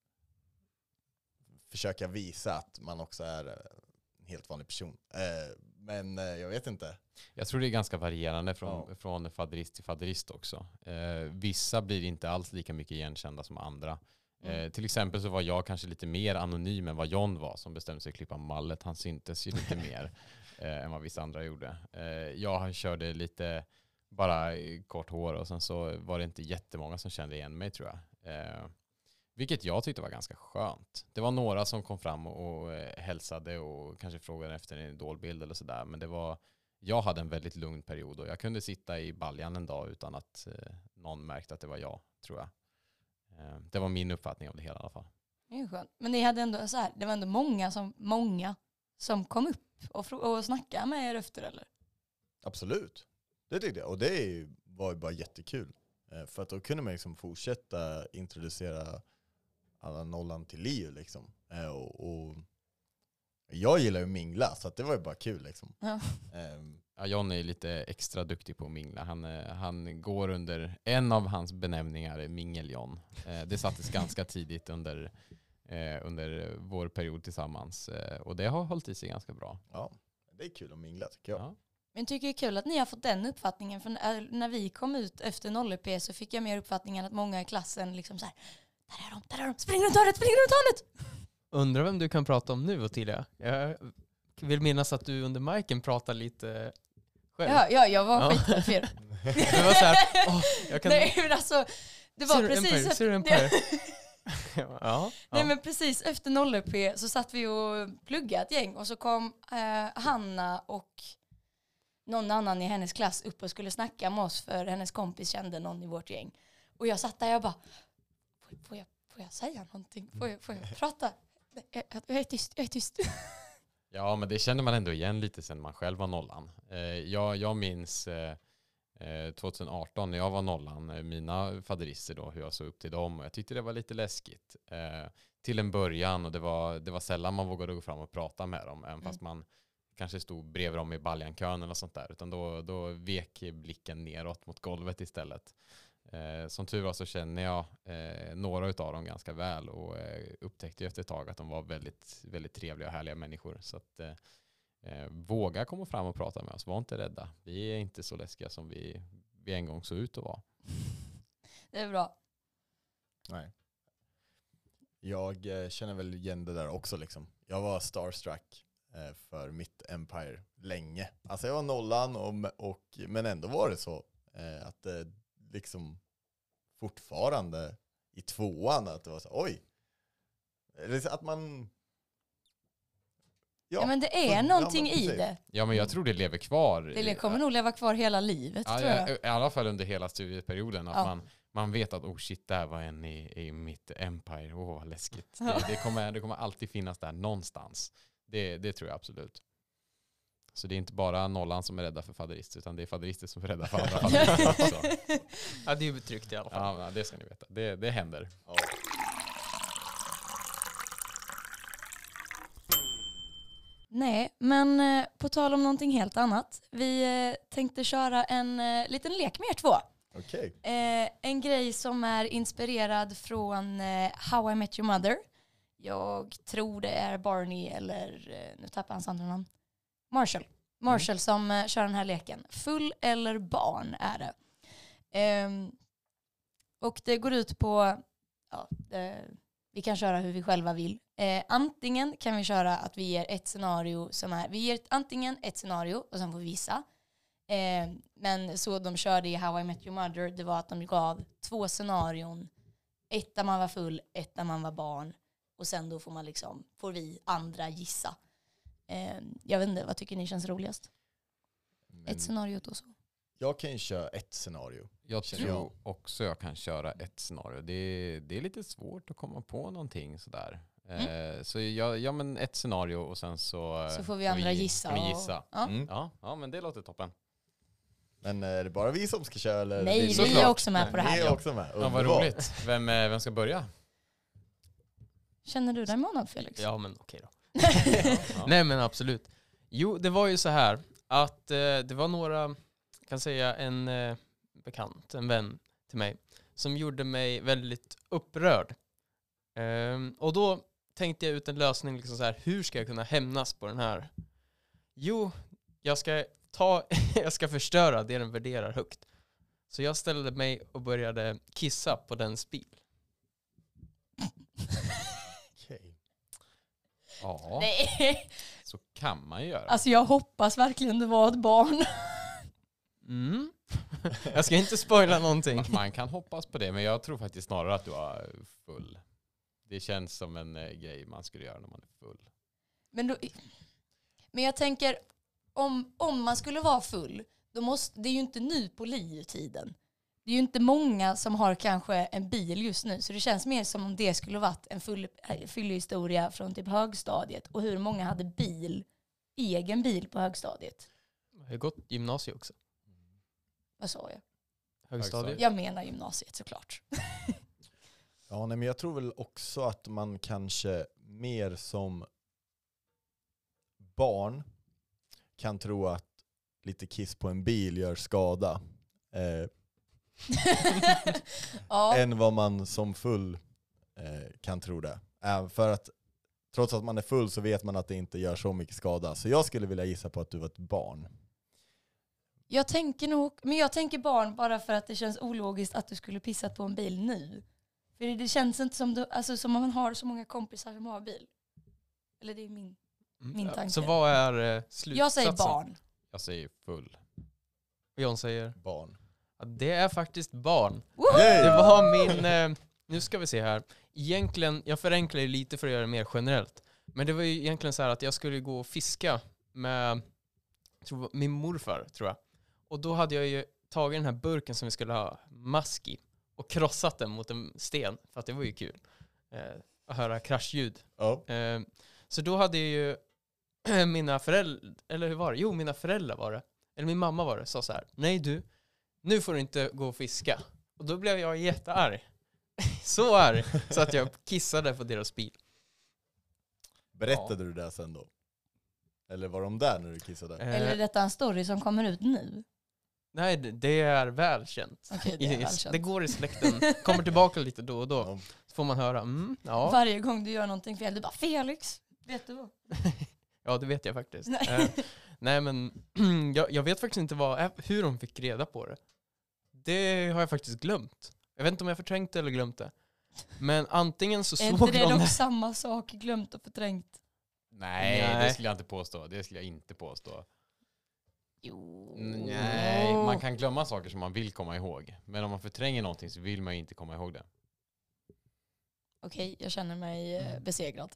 försöka visa att man också är en helt vanlig person. Eh, men eh, jag vet inte. Jag tror det är ganska varierande från, Ja. från faderist till faderist också. Eh, vissa blir inte alls lika mycket igenkända som andra. Mm. Eh, till exempel så var jag kanske lite mer anonym än vad John var som bestämde sig att klippa mallet. Han syntes ju lite mer eh, än vad vissa andra gjorde. Eh, jag körde lite bara kort hår och sen så var det inte jättemånga som kände igen mig tror jag. Eh, vilket jag tyckte var ganska skönt. Det var några som kom fram och, och eh, hälsade och kanske frågade efter en idolbild eller sådär. Men det var, jag hade en väldigt lugn period och jag kunde sitta i baljan en dag utan att eh, någon märkte att det var jag, tror jag. Eh, det var min uppfattning av det hela i alla fall. Det är ju skönt. Men ni hade ändå så här, det var ändå många som, många som kom upp och, frå- och snackade med er efter, eller? Absolut. Det tyckte jag. Och det är ju, var ju bara jättekul. Eh, för att då kunde man liksom fortsätta introducera alla nollan till Leo liksom. Eh, och, och jag gillar ju att mingla så att det var ju bara kul liksom. Ja. Ehm, Ja, John är lite extra duktig på att mingla. Han, eh, han går under, en av hans benämningar är Mingel-John. Eh, det sattes ganska tidigt under, eh, under vår period tillsammans. Eh, och det har hållit i sig ganska bra. ja, det är kul att mingla tycker jag. Ja. Men jag tycker det är kul att ni har fått den uppfattningen. För när, när vi kom ut efter noll P så fick jag mer uppfattningen att många i klassen liksom så här, där är de, där är de, spring runt hörnet, spring runt hörnet! Undrar vem du kan prata om nu, Ottilia? Jag vill minnas att du under miken pratade lite själv. Ja, ja, jag var Ja. skiträdd för er. Det var så här, åh, jag kan... Nej, men alltså, det var Ser du precis... Empire? Ser du Empire? ja, ja. Nej, men precis efter noll P så satt vi och pluggade ett gäng och så kom eh, Hanna och någon annan i hennes klass upp och skulle snacka med oss för hennes kompis kände någon i vårt gäng. Och jag satt där och jag bara, får, får, jag, får jag säga någonting? Får jag, får jag prata? Nej, Jag, jag är tyst, jag är tyst. Ja, men det känner man ändå igen lite sen man själv var nollan. Eh, jag, jag minns eh, eh, tjugoarton när jag var nollan, eh, mina faderister då, hur jag såg upp till dem. Och jag tyckte det var lite läskigt eh, till en början och det var, det var sällan man vågade gå fram och prata med dem, även Mm. fast man kanske stod bredvid dem i baljankön eller sånt där. Utan då, då vek blicken neråt mot golvet istället. Eh, som tur var så känner jag eh, några utav dem ganska väl och eh, upptäckte efter ett tag att de var väldigt, väldigt trevliga och härliga människor. Så att eh, eh, våga komma fram och prata med oss. Var inte rädda. Vi är inte så läskiga som vi, vi en gång såg ut att vara. Det är bra. Nej. Jag eh, känner väl igen det där också liksom. Jag var starstruck eh, för mitt Empire länge. Alltså jag var nollan och, och, men ändå var det så eh, att det liksom fortfarande i tvåan att det var så oj. Eller så att man Ja, men det är ja, någonting men i precis. det. Ja, men jag tror det lever kvar. Det kommer nog leva kvar hela livet, Ja, tror jag. I alla fall under hela studieperioden. Att Ja. man, man vet att oh shit, där var en i, i mitt Empire. Åh, vad läskigt. Det, det, kommer, det kommer alltid finnas där någonstans. Det, det tror jag absolut. Så det är inte bara nollan som är rädda för faderister, utan det är faderister som är rädda för andra faderister också. Ja, det är ju tryggt i alla fall. Ja, det ska ni veta. Det, det händer. Ja. Nej, men eh, på tal om någonting helt annat. Vi eh, tänkte köra en eh, liten lek med er två. Okej. Eh, en grej som är inspirerad från eh, How I Met Your Mother. Jag tror det är Barney eller, eh, nu tappar hans andra namn. Marshall. Marshall som eh, kör den här leken. Full eller barn är det. Ehm, och det går ut på, ja, det, vi kan köra hur vi själva vill. Eh, antingen kan vi köra att vi ger ett scenario som är, vi ger antingen ett scenario och sen får vi vissa. Eh, men så de körde i How I Met Your Mother, det var att de gav två scenarion. Ett där man var full, ett där man var barn. Och sen då får man liksom, får vi andra gissa. Eh, jag vet inte, vad tycker ni känns roligast? Men Ett scenario då så. jag kan ju köra ett scenario. Jag Känner tror jag. också jag kan köra ett scenario. Det är, det är lite svårt att komma på någonting sådär. Mm. Eh, så jag, ja, men ett scenario och sen så, Så får vi andra gissa. Kan vi och- gissa. Ja. Mm. Ja, ja, men det låter toppen. Men är det bara vi som ska köra? Eller Nej, det vi såklart. är också med på det Ni här. är också med. Ja, vad Underbart. roligt. Vem, eh, vem ska börja? Känner du dig manad, Felix? Ja, men okej då. Ja. Nej, men absolut. Jo, det var ju så här att eh, det var några, kan säga en eh, bekant, en vän till mig, som gjorde mig väldigt upprörd. Um, och då tänkte jag ut en lösning, liksom så här, hur ska jag kunna hämnas på den här? Jo, jag ska ta, jag ska förstöra det den värderar högt. Så jag ställde mig och började kissa på dens bil. Okej. Ja, Nej. så kan man ju göra. Alltså jag hoppas verkligen det var ett barn. Mm. Jag ska inte spoila någonting. Man, man kan hoppas på det, men jag tror faktiskt snarare att du var full. Det känns som en eh, grej man skulle göra när man är full. Men, då, men jag tänker, om, om man skulle vara full, då måste, det är ju inte nu på liv-tiden. Det är ju inte många som har kanske en bil just nu, så det känns mer som om det skulle varit en full, fyllehistoria från typ högstadiet. Och hur många hade bil, egen bil på högstadiet? Jag har gått gymnasiet också. Vad sa jag? Högstadiet. Jag menar gymnasiet såklart. Ja, nej, men jag tror väl också att man kanske mer som barn kan tro att lite kiss på en bil gör skada. Eh, Ja. än vad man som full eh, kan tro det. Äh, för att trots att man är full så vet man att det inte gör så mycket skada. Så jag skulle vilja gissa på att du var ett barn. Jag tänker nog, men jag tänker barn bara för att det känns ologiskt att du skulle pissat på en bil nu. För det, det känns inte som, du, alltså, som om man har så många kompisar som har bil. Eller det är min, min tanke. Så vad är eh, slutsatsen? Jag säger barn. Jag säger full. Och John säger? Barn. Ja, det är faktiskt barn. Woho! Yay! Det var min... Eh, nu ska vi se här. Egentligen, jag förenklar ju lite för att göra det mer generellt. Men det var ju egentligen så här att jag skulle gå och fiska med tror, min morfar, tror jag. Och då hade jag ju tagit den här burken som vi skulle ha mask i och krossat den mot en sten. För att det var ju kul eh, att höra kraschljud. Ja. Eh, så då hade ju mina föräldrar, eller hur var det? Jo, mina föräldrar var det. Eller min mamma var det, sa så här: nej du, nu får du inte gå och fiska. Och då blev jag jättearg. Så arg, så att jag kissade på deras bil. Berättade du det sen då? Eller var de där när du kissade? Eh, Eller är detta en story som kommer ut nu? nej, det, det är välkänt. Okej, det är I- välkänt. det går i släkten. Kommer tillbaka lite då och då. Ja. Så får man höra, mm, ja. Varje gång du gör någonting fel, du bara Felix, vet du vad? Ja, det vet jag faktiskt. Nej. Eh, nej, men jag, jag vet faktiskt inte vad, hur de fick reda på det. Det har jag faktiskt glömt. Jag vet inte om jag förträngt det eller glömt det. Men antingen så Är såg inte det de dock det. samma sak, glömt och förträngt? Nej, Nej. det skulle jag inte påstå. Det skulle jag inte påstå. Jo. Nej, man kan glömma saker som man vill komma ihåg. Men om man förtränger någonting så vill man ju inte komma ihåg det. Okej, jag känner mig eh, besegrad.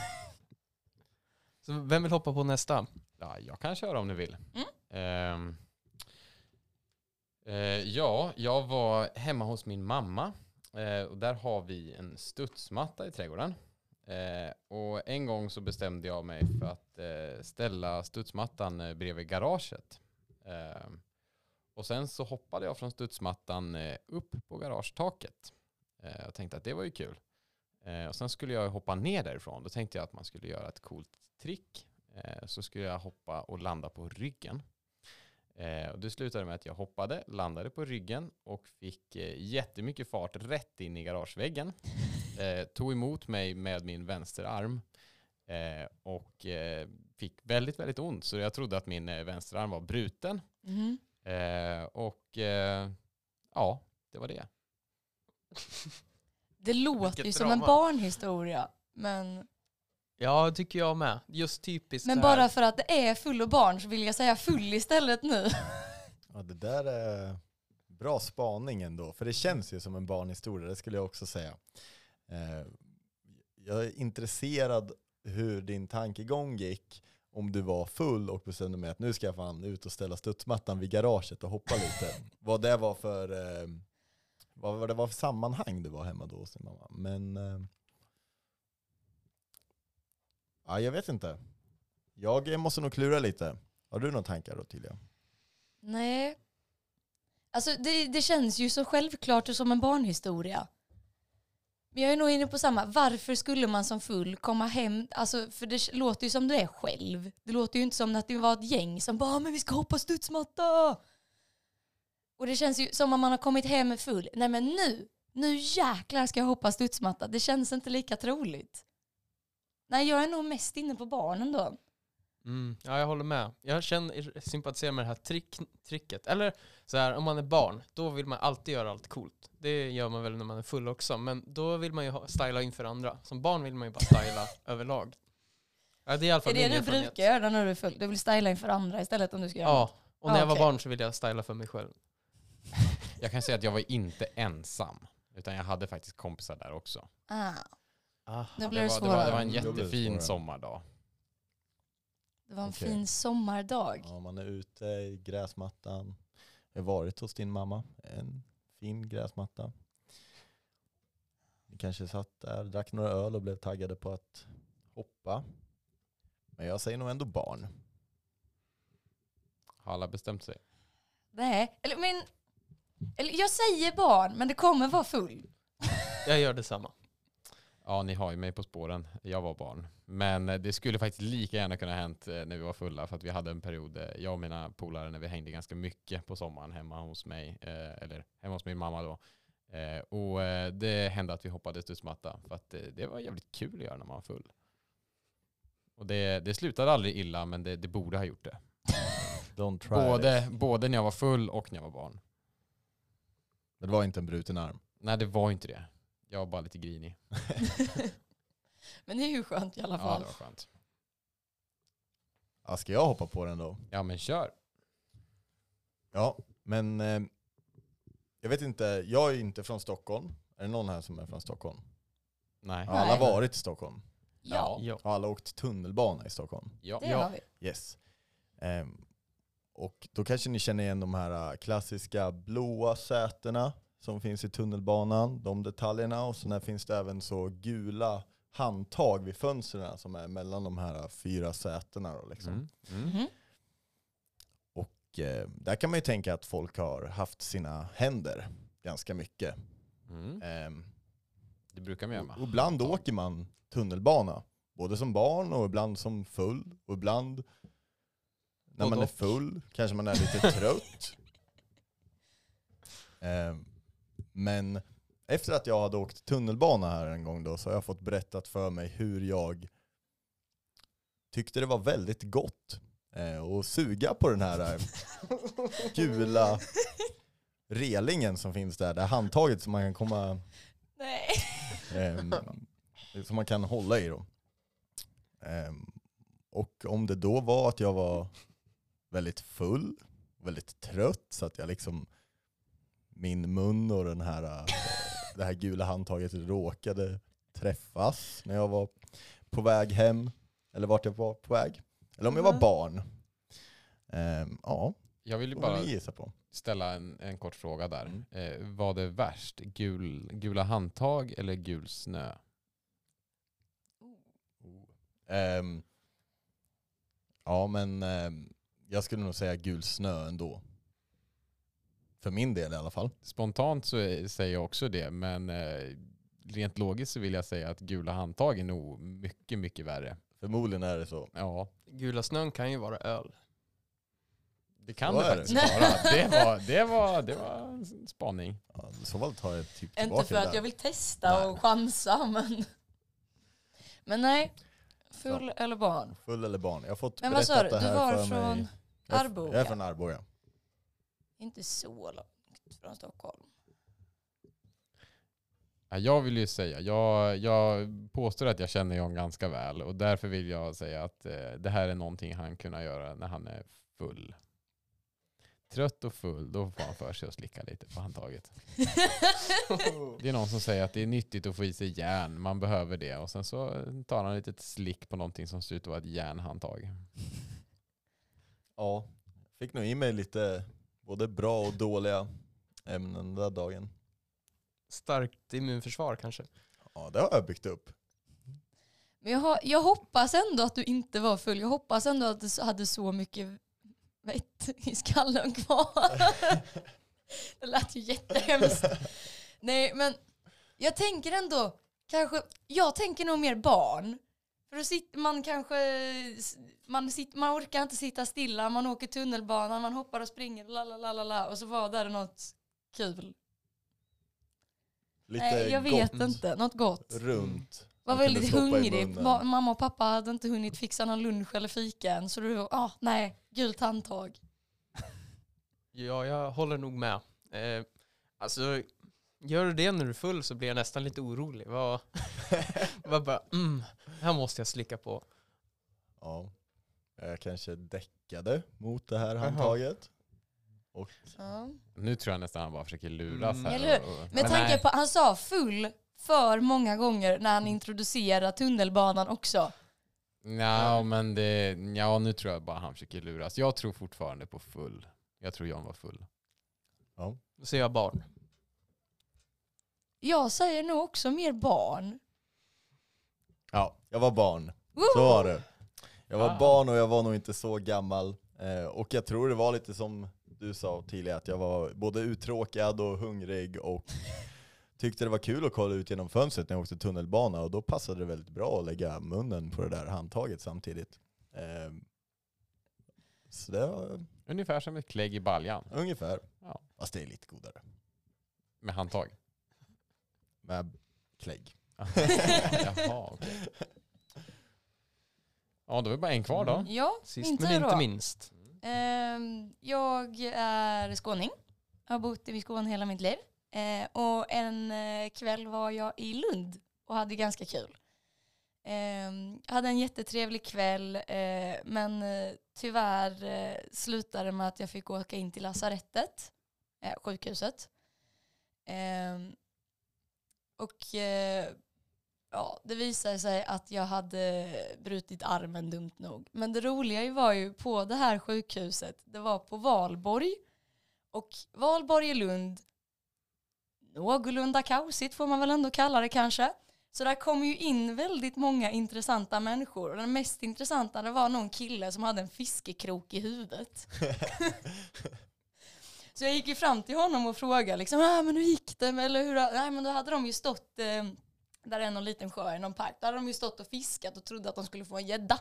Så vem vill hoppa på nästa? Ja, jag kan köra om du vill. Mm. Ehm, eh, ja, jag var hemma hos min mamma. Eh, och där har vi en studsmatta i trädgården. Eh, och en gång så bestämde jag mig för att eh, ställa studsmattan eh, bredvid garaget. Eh, och sen så hoppade jag från studsmattan eh, upp på garagetaket. Eh, jag tänkte att det var ju kul. Eh, och sen skulle jag hoppa ner därifrån. Då tänkte jag att man skulle göra ett coolt trick. Eh, så skulle jag hoppa och landa på ryggen. Eh, och det slutade med att jag hoppade, landade på ryggen och fick eh, jättemycket fart rätt in i garageväggen. Eh, tog emot mig med min vänsterarm eh, och eh, fick väldigt, väldigt ont. Så jag trodde att min eh, vänsterarm var bruten. Mhm. Eh, och eh, ja, det var det. Det låter Vilket ju som en drama. barnhistoria, men, Ja, tycker jag med. Just typiskt men det här. bara för att det är full och barn så vill jag säga full istället nu. Ja, det där är bra spaning ändå. För det känns ju som en barnhistoria, det skulle jag också säga. Eh, jag är intresserad hur din tankegång gick om du var full och bestämde mig att nu ska jag fan ut och ställa studsmattan vid garaget och hoppa lite. Vad det var för eh, vad var det var för sammanhang du var hemma då hos din mamma. Men eh, ja, jag vet inte. Jag måste nog klura lite. Har du några tankar då, Tilja? Nej. Alltså det, det känns ju så självklart och som en barnhistoria. Men jag är nog inne på samma. Varför skulle man som full komma hem? Alltså, för det låter ju som du är själv. Det låter ju inte som att det var ett gäng som bara, men vi ska hoppa studsmatta. Och det känns ju som om man har kommit hem full. Nej men nu, nu jäklar ska jag hoppa studsmatta. Det känns inte lika troligt. Nej, jag är nog mest inne på barnen då. Mm, ja, jag håller med. Jag känner, sympatiserar med det här trick, tricket. Eller så här, om man är barn, då vill man alltid göra allt coolt. Det gör man väl när man är full också. Men då vill man ju ha, styla inför andra. Som barn vill man ju bara styla överlag. Ja, det är i alla fall Är det min du brukar göra när du är full? Du vill styla inför andra istället om du ska göra Ja, något? och när Ah, jag var okej. barn så ville jag styla för mig själv. Jag kan säga att jag var inte ensam. Utan jag hade faktiskt kompisar där också. Ah, Ah. då Det blir det var, det, var, det var en svårare. Då blir det jättefin svårare. sommardag. Det var en Okej. fin sommardag. Ja, man är ute i gräsmattan. Jag har varit hos din mamma. En fin gräsmatta. Ni kanske satt där, drack några öl och blev taggade på att hoppa. Men jag säger nog ändå barn. Har alla bestämt sig? Nej, eller men... Eller jag säger barn, men det kommer vara full. Jag gör detsamma. Ja, ni har ju mig på spåren. Jag var barn. Men eh, det skulle faktiskt lika gärna kunna ha hänt eh, när vi var fulla. För att vi hade en period, eh, jag och mina polare, när vi hängde ganska mycket på sommaren hemma hos mig. Eh, eller hemma hos min mamma då. Eh, och eh, det hände att vi hoppade studsmatta. För att eh, det var jävligt kul att göra när man var full. Och det, det slutade aldrig illa, men det, det borde ha gjort det. Don't try Både, it. både när jag var full och när jag var barn. Men det var inte en bruten arm. Nej, det var inte det. Jag var bara lite grinig. Men det är ju skönt i alla Ja, fall. det var skönt. Ja, ska jag hoppa på den då? Ja, men kör. Ja, men eh, jag vet inte. Jag är inte från Stockholm. Är det någon här som är från Stockholm? Nej. Har alla Nej. varit i Stockholm? Ja, Ja. Har alla åkt tunnelbana i Stockholm? Ja. det Ja. har vi. Yes. Ehm, och då kanske ni känner igen de här äh, klassiska blåa sätena som finns i tunnelbanan. De detaljerna. Och sen här finns det även så gula handtag vid fönstren som är mellan de här äh, fyra sätena. Då, liksom. Mm. Mm. Mhm. Och eh, där kan man ju tänka att folk har haft sina händer ganska mycket. Mm. Ehm, Det brukar man göra. och ibland åker man tunnelbana. Både som barn och ibland som full. Och ibland när Både man är och. full kanske man är lite trött. Ehm, men efter att jag hade åkt tunnelbana här en gång då så har jag fått berättat för mig hur jag tyckte det var väldigt gott eh, att suga på den här eh, gula relingen som finns där. Det här handtaget som man kan komma Nej. Ehm, som man kan hålla i då. Ehm, och om det då var att jag var väldigt full, väldigt trött så att jag liksom min mun och den här äh, det här gula handtaget råkade träffas när jag var på väg hem eller vart jag var på väg. Eller om jag var Mm. barn. Ehm, ja, Jag vill ju det bara får ni gissa på. ställa en, en kort fråga där. Mm. Eh, var det värst? Gul, gula handtag eller gul snö? Ehm, ja, men ehm, jag skulle nog säga gul snö ändå. För min del i alla fall. Spontant så är- säger jag också det, men eh, rent logiskt så vill jag säga att gula handtag är nog mycket, mycket värre. Förmodligen är det så. Ja, Gula snön kan ju vara öl. det kan Så det är faktiskt det. vara. Det var, det, var, det var en spaning. Ja, I så fall tar jag typ tillbaka Inte för det att där. jag vill testa och chansa, men... Men nej. Full eller barn? Full eller barn. Jag har fått Men vad berättat sa du? det Du här var för från mig. Jag är- Arboga? Jag är från Arboga. Inte så långt från Stockholm. Ja, jag vill ju säga, jag, jag påstår att jag känner John ganska väl och därför vill jag säga att eh, det här är någonting han kunna göra när han är full. Trött och full, då får han för sig att slicka lite på handtaget. Det är någon som säger att det är nyttigt att få i sig järn, man behöver det. Och sen så tar han lite slick på någonting som ser ut att vara ett järnhandtag. Ja, fick nog i mig lite både bra och dåliga ämnen den där dagen. Starkt immunförsvar kanske. Ja, det har jag byggt upp. Men jag, har, jag hoppas ändå att du inte var full. Jag hoppas ändå att du så- hade så mycket vett i skallen kvar. Det lät ju jättehemskt. Nej, men jag tänker ändå, kanske, jag tänker nog mer barn. För För då sitter man kanske, man, sitter, man orkar inte sitta stilla, man åker tunnelbanan, man hoppar och springer, lalalala, och så var där något kul. Lite Nej, jag vet gott inte, något gott. runt. Var Man kunde väldigt stoppa i hungrig. munnen. Ma- mamma och pappa hade inte hunnit fixa någon lunch eller fika än, så du, ah, nej, gult handtag. Ja, jag håller nog med. Eh, alltså, gör du det när du är full så blir jag nästan lite orolig. Vad, vad bara, mm, här måste jag slicka på. Ja. Jag kanske däckade mot det här handtaget. Och Ja. Nu tror jag nästan han bara försöker luras Mm. här. Eller och- och- Med men tanke nej. på, han sa full för många gånger när han introducerar tunnelbanan också. Ja, men det, ja, nu tror jag bara han försöker luras. Jag tror fortfarande på full. Jag tror John var full. ja. Då ser jag barn. Jag säger nog också mer barn. ja, jag var barn. Woo! Så var det. Jag var Ah. barn och jag var nog inte så gammal. Eh, och jag tror det var lite som du sa tidigare, att jag var både uttråkad och hungrig och tyckte det var kul att kolla ut genom fönstret när jag åkte tunnelbana, och då passade det väldigt bra att lägga munnen på det där handtaget samtidigt. Eh, så det var Ungefär som ett klägg i baljan ungefär. Ja. Fast det är lite godare med handtag. med klägg. Jaha, okej. Ja, då är det bara en kvar då. Mm. Ja, Sist min men tur inte då. minst. Ehm, jag är skåning. Jag har bott i Skåne hela mitt liv. Eh, och en eh, kväll var jag i Lund och hade ganska kul. Ehm, jag hade en jättetrevlig kväll, eh, men eh, tyvärr eh, slutade det med att jag fick åka in till lasarettet, eh, sjukhuset. Ehm, och eh, ja, det visade sig att jag hade brutit armen, dumt nog. Men det roliga var ju på det här sjukhuset, det var på Valborg. Och Valborg i Lund, någorlunda kaosigt får man väl ändå kalla det kanske. Så där kom ju in väldigt många intressanta människor. Och den mest intressanta, det var någon kille som hade en fiskekrok i huvudet. Så jag gick ju fram till honom och frågade liksom, ah, men hur gick det? Eller hur? Nej, men då hade de ju stått, eh, där är någon liten sjö i någon park, där hade de ju stått och fiskat och trodde att de skulle få en gädda.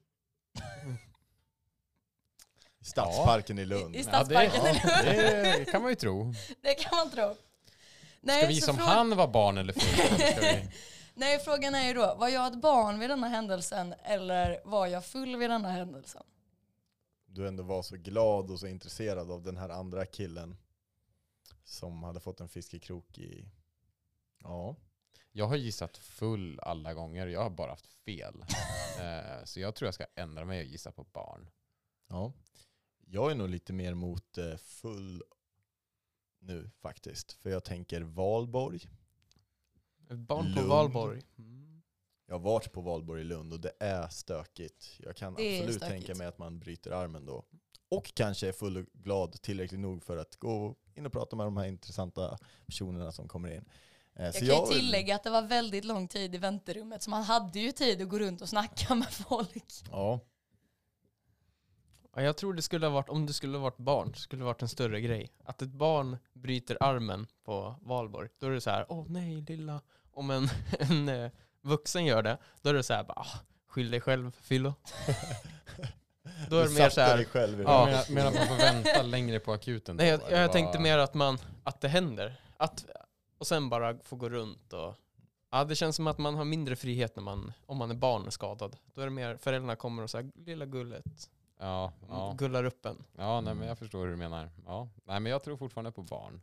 I Stadsparken i Lund. I- i Ja, det, Stadsparken i ja, Lund. det kan man ju tro. Det kan man tro. Nej, Ska vi så som frå- han var barn eller full? Eller ska vi... Nej, frågan är ju då, var jag ett barn vid denna händelsen eller var jag full vid denna händelsen? Du ändå var så glad och så intresserad av den här andra killen som hade fått en fiskekrok i... Ja. Jag har gissat full alla gånger. Jag har bara haft fel. eh, så jag tror jag ska ändra mig och gissa på barn. Ja. Jag är nog lite mer mot eh, full nu faktiskt. För jag tänker Valborg. Barn på Lund. Valborg. Mm. Jag har varit på Valborg i Lund och det är stökigt. Jag kan Det är absolut stökigt. tänka mig att man bryter armen då. Och kanske är full och glad tillräckligt nog för att gå in och prata med de här intressanta personerna som kommer in. Eh, Jag så kan jag- ju tillägga att det var väldigt lång tid i vänterummet, så man hade ju tid att gå runt och snacka med folk. Ja. Ja, jag tror det skulle ha varit, om det skulle ha varit barn, skulle det ha varit en större grej. Att ett barn bryter armen på Valborg, då är det så här, åh nej lilla. Om en, en eh, vuxen gör det, då är det så här, bara, ah, skyll dig själv, fyllo. Då är Du det mer så satte dig här, själv i Ja. rummet. Men, men att man får vänta längre på akuten. nej, jag, då, jag, eller vad- tänkte mer att man, att det händer. Att, och sen bara få gå runt och, ja det känns som att man har mindre frihet när man, om man är barn och skadad. Då är det mer, föräldrarna kommer och säger, lilla gullet, Ja, ja. gullar upp en. ja nej, men jag förstår hur du menar. Ja. Nej, men jag tror fortfarande på barn.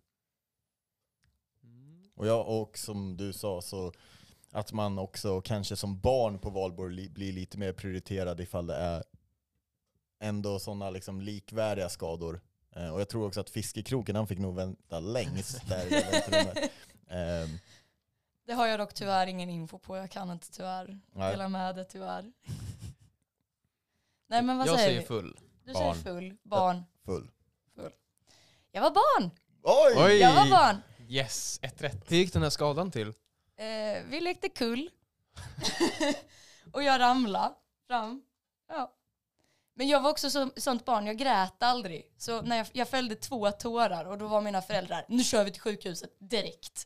Mm. Och, jag, och som du sa, så att man också kanske som barn på Valborg li, blir lite mer prioriterad ifall det är ändå sådana liksom likvärdiga skador. Eh, och jag tror också att fiskekroken, han fick nog vänta längst där i det väntrummet. Eh, Det har jag dock tyvärr ingen info på, jag kan inte tyvärr nej, dela med det tyvärr. Nej, men vad Jag säger säger vi? full. Du Barn. säger full, barn. full. Jag var barn! Oj! Oj! Jag var barn! Yes, ett rätt. Hur gick den här skadan till? Eh, vi lekte kull. Och jag ramlade fram. Ja. Men jag var också så, sånt barn, jag grät aldrig. Så när jag, jag fällde två tårar och då var mina föräldrar, nu kör vi till sjukhuset direkt.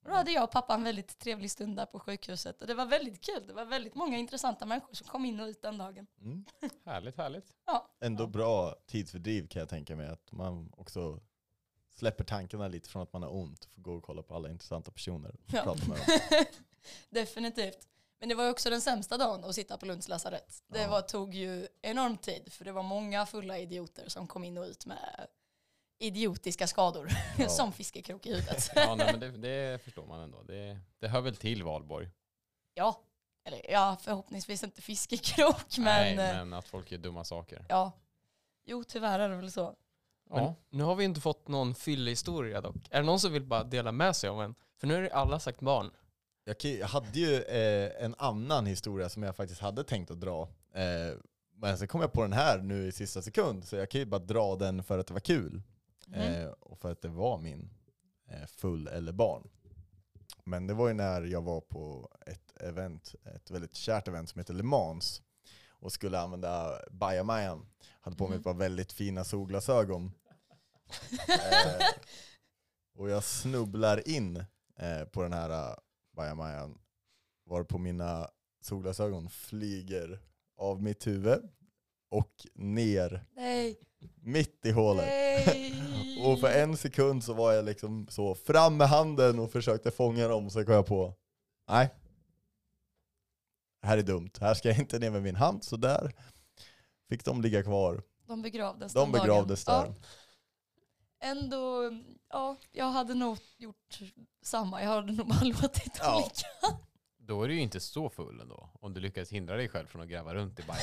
Och då hade jag och pappa en väldigt trevlig stund där på sjukhuset. Och det var väldigt kul. Det var väldigt många intressanta människor som kom in och ut den dagen. Mm. Härligt, härligt. Ja. Ändå Ja. bra tidsfördriv kan jag tänka mig. Att man också släpper tankarna lite från att man har ont. Får gå och kolla på alla intressanta personer. Och Ja. prata med dem. Definitivt. Men det var ju också den sämsta dagen att sitta på Lunds lasarett. Det Ja. var, tog ju enorm tid. För det var många fulla idioter som kom in och ut med idiotiska skador. Ja. Som fiskekrok i huvudet. Ja, nej, men det, det förstår man ändå. Det, det hör väl till Valborg. Ja. Eller ja, förhoppningsvis inte fiskekrok. Men, Nej, eh, men att folk gör dumma saker. ja. Jo, tyvärr är det väl så. Men Ja. nu har vi inte fått någon fyllehistoria dock. Är det någon som vill bara dela med sig av en? För nu är det alla sagt barn. Jag, ki- jag hade ju eh, en annan historia som jag faktiskt hade tänkt att dra. Eh, men så kom jag på den här nu i sista sekund. Så jag kan ju bara dra den för att det var kul. Mm. Eh, och för att det var min eh, full eller barn. Men det var ju när jag var på ett event, ett väldigt kärt event som heter Le Mans. Och skulle använda bajamajan. Hade på mig Mm. ett par väldigt fina solglasögon. eh, och jag snubblar in eh, på den här uh, bajamajan. Varpå mina solglasögon flyger av mitt huvud. Och ner Nej. mitt i hålet. Nej. Och för en sekund så var jag liksom så fram med handen och försökte fånga dem. Så kom jag på, nej. Det här är dumt. Här ska jag inte ner med min hand. Så där fick de ligga kvar. De begravdes De den begravdes dagen. där. Ja. Ändå, ja, jag hade nog gjort samma. Jag hade nog bara låtit dem Ja. ligga. Då är du ju inte så full ändå. Om du lyckas hindra dig själv från att gräva runt i bajen.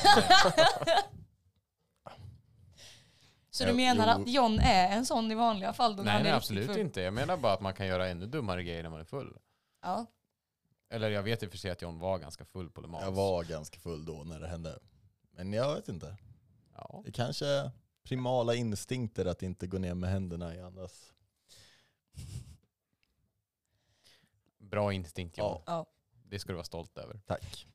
Så du Jo, menar jo. att John är en sån i vanliga fall? Då när Nej, han nej är absolut riktigt full? inte. Jag menar bara att man kan göra ännu dummare grejer när man är full. Ja. Eller jag vet i och för sig att John var ganska full på Le Mans. Jag var ganska full då när det hände. Men jag vet inte. Ja. Det kanske är primala instinkter att inte gå ner med händerna i andras. Bra instinkt John. Ja. Ja. Det ska du vara stolt över. Tack.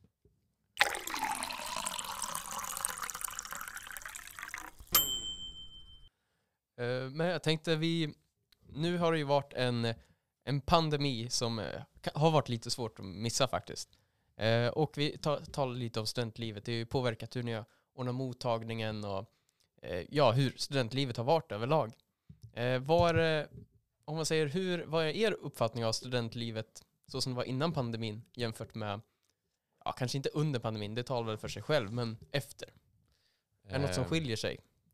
Eh, Men jag tänkte vi, nu har det ju varit en, en pandemi som eh, ka- har varit lite svårt att missa faktiskt. Eh, Och vi tar, talar lite om studentlivet. Det har ju påverkat hur ni har ordnat mottagningen och eh, ja, hur studentlivet har varit överlag. Eh, Var, eh, om man säger hur, vad är er uppfattning av studentlivet så som det var innan pandemin jämfört med, ja kanske inte under pandemin, det talar väl för sig själv, men efter? Är det något som Eh, skiljer sig?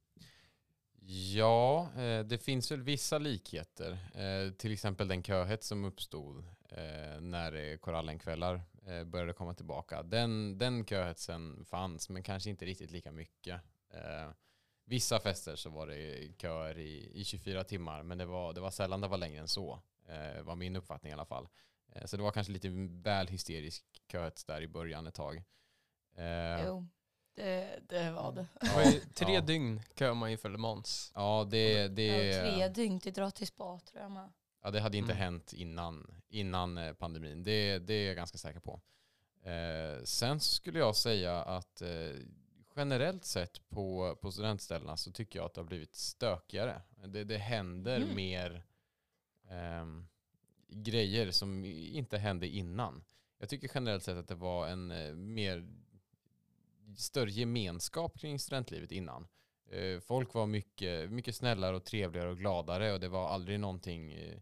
Ja, eh, det finns väl vissa likheter. Eh, till exempel den köhets som uppstod eh, när eh, Korallenkvällar eh, började komma tillbaka. Den, den köhetsen fanns, men kanske inte riktigt lika mycket. Eh, vissa fester så var det köer i, i tjugofyra timmar, men det var, det var sällan det var längre än så. Eh, var min uppfattning i alla fall. Eh, så det var kanske lite väl hysterisk köhets där i början ett tag. Eh, Jo, det, det var det. Det var ju tre ja. dygn kör man ju för Le Mans. Ja, det, det, Ja, tre dygn till dra till spa tror jag med. Ja, det hade inte Mm. hänt innan, innan eh, pandemin. Det, det är jag ganska säker på. Eh, sen skulle jag säga att eh, generellt sett på, på studentställena så tycker jag att det har blivit stökigare. Det, det händer Mm. mer ehm, grejer som inte hände innan. Jag tycker generellt sett att det var en eh, mer större gemenskap kring studentlivet innan. Eh, folk var mycket, mycket snällare och trevligare och gladare och det var aldrig någonting eh,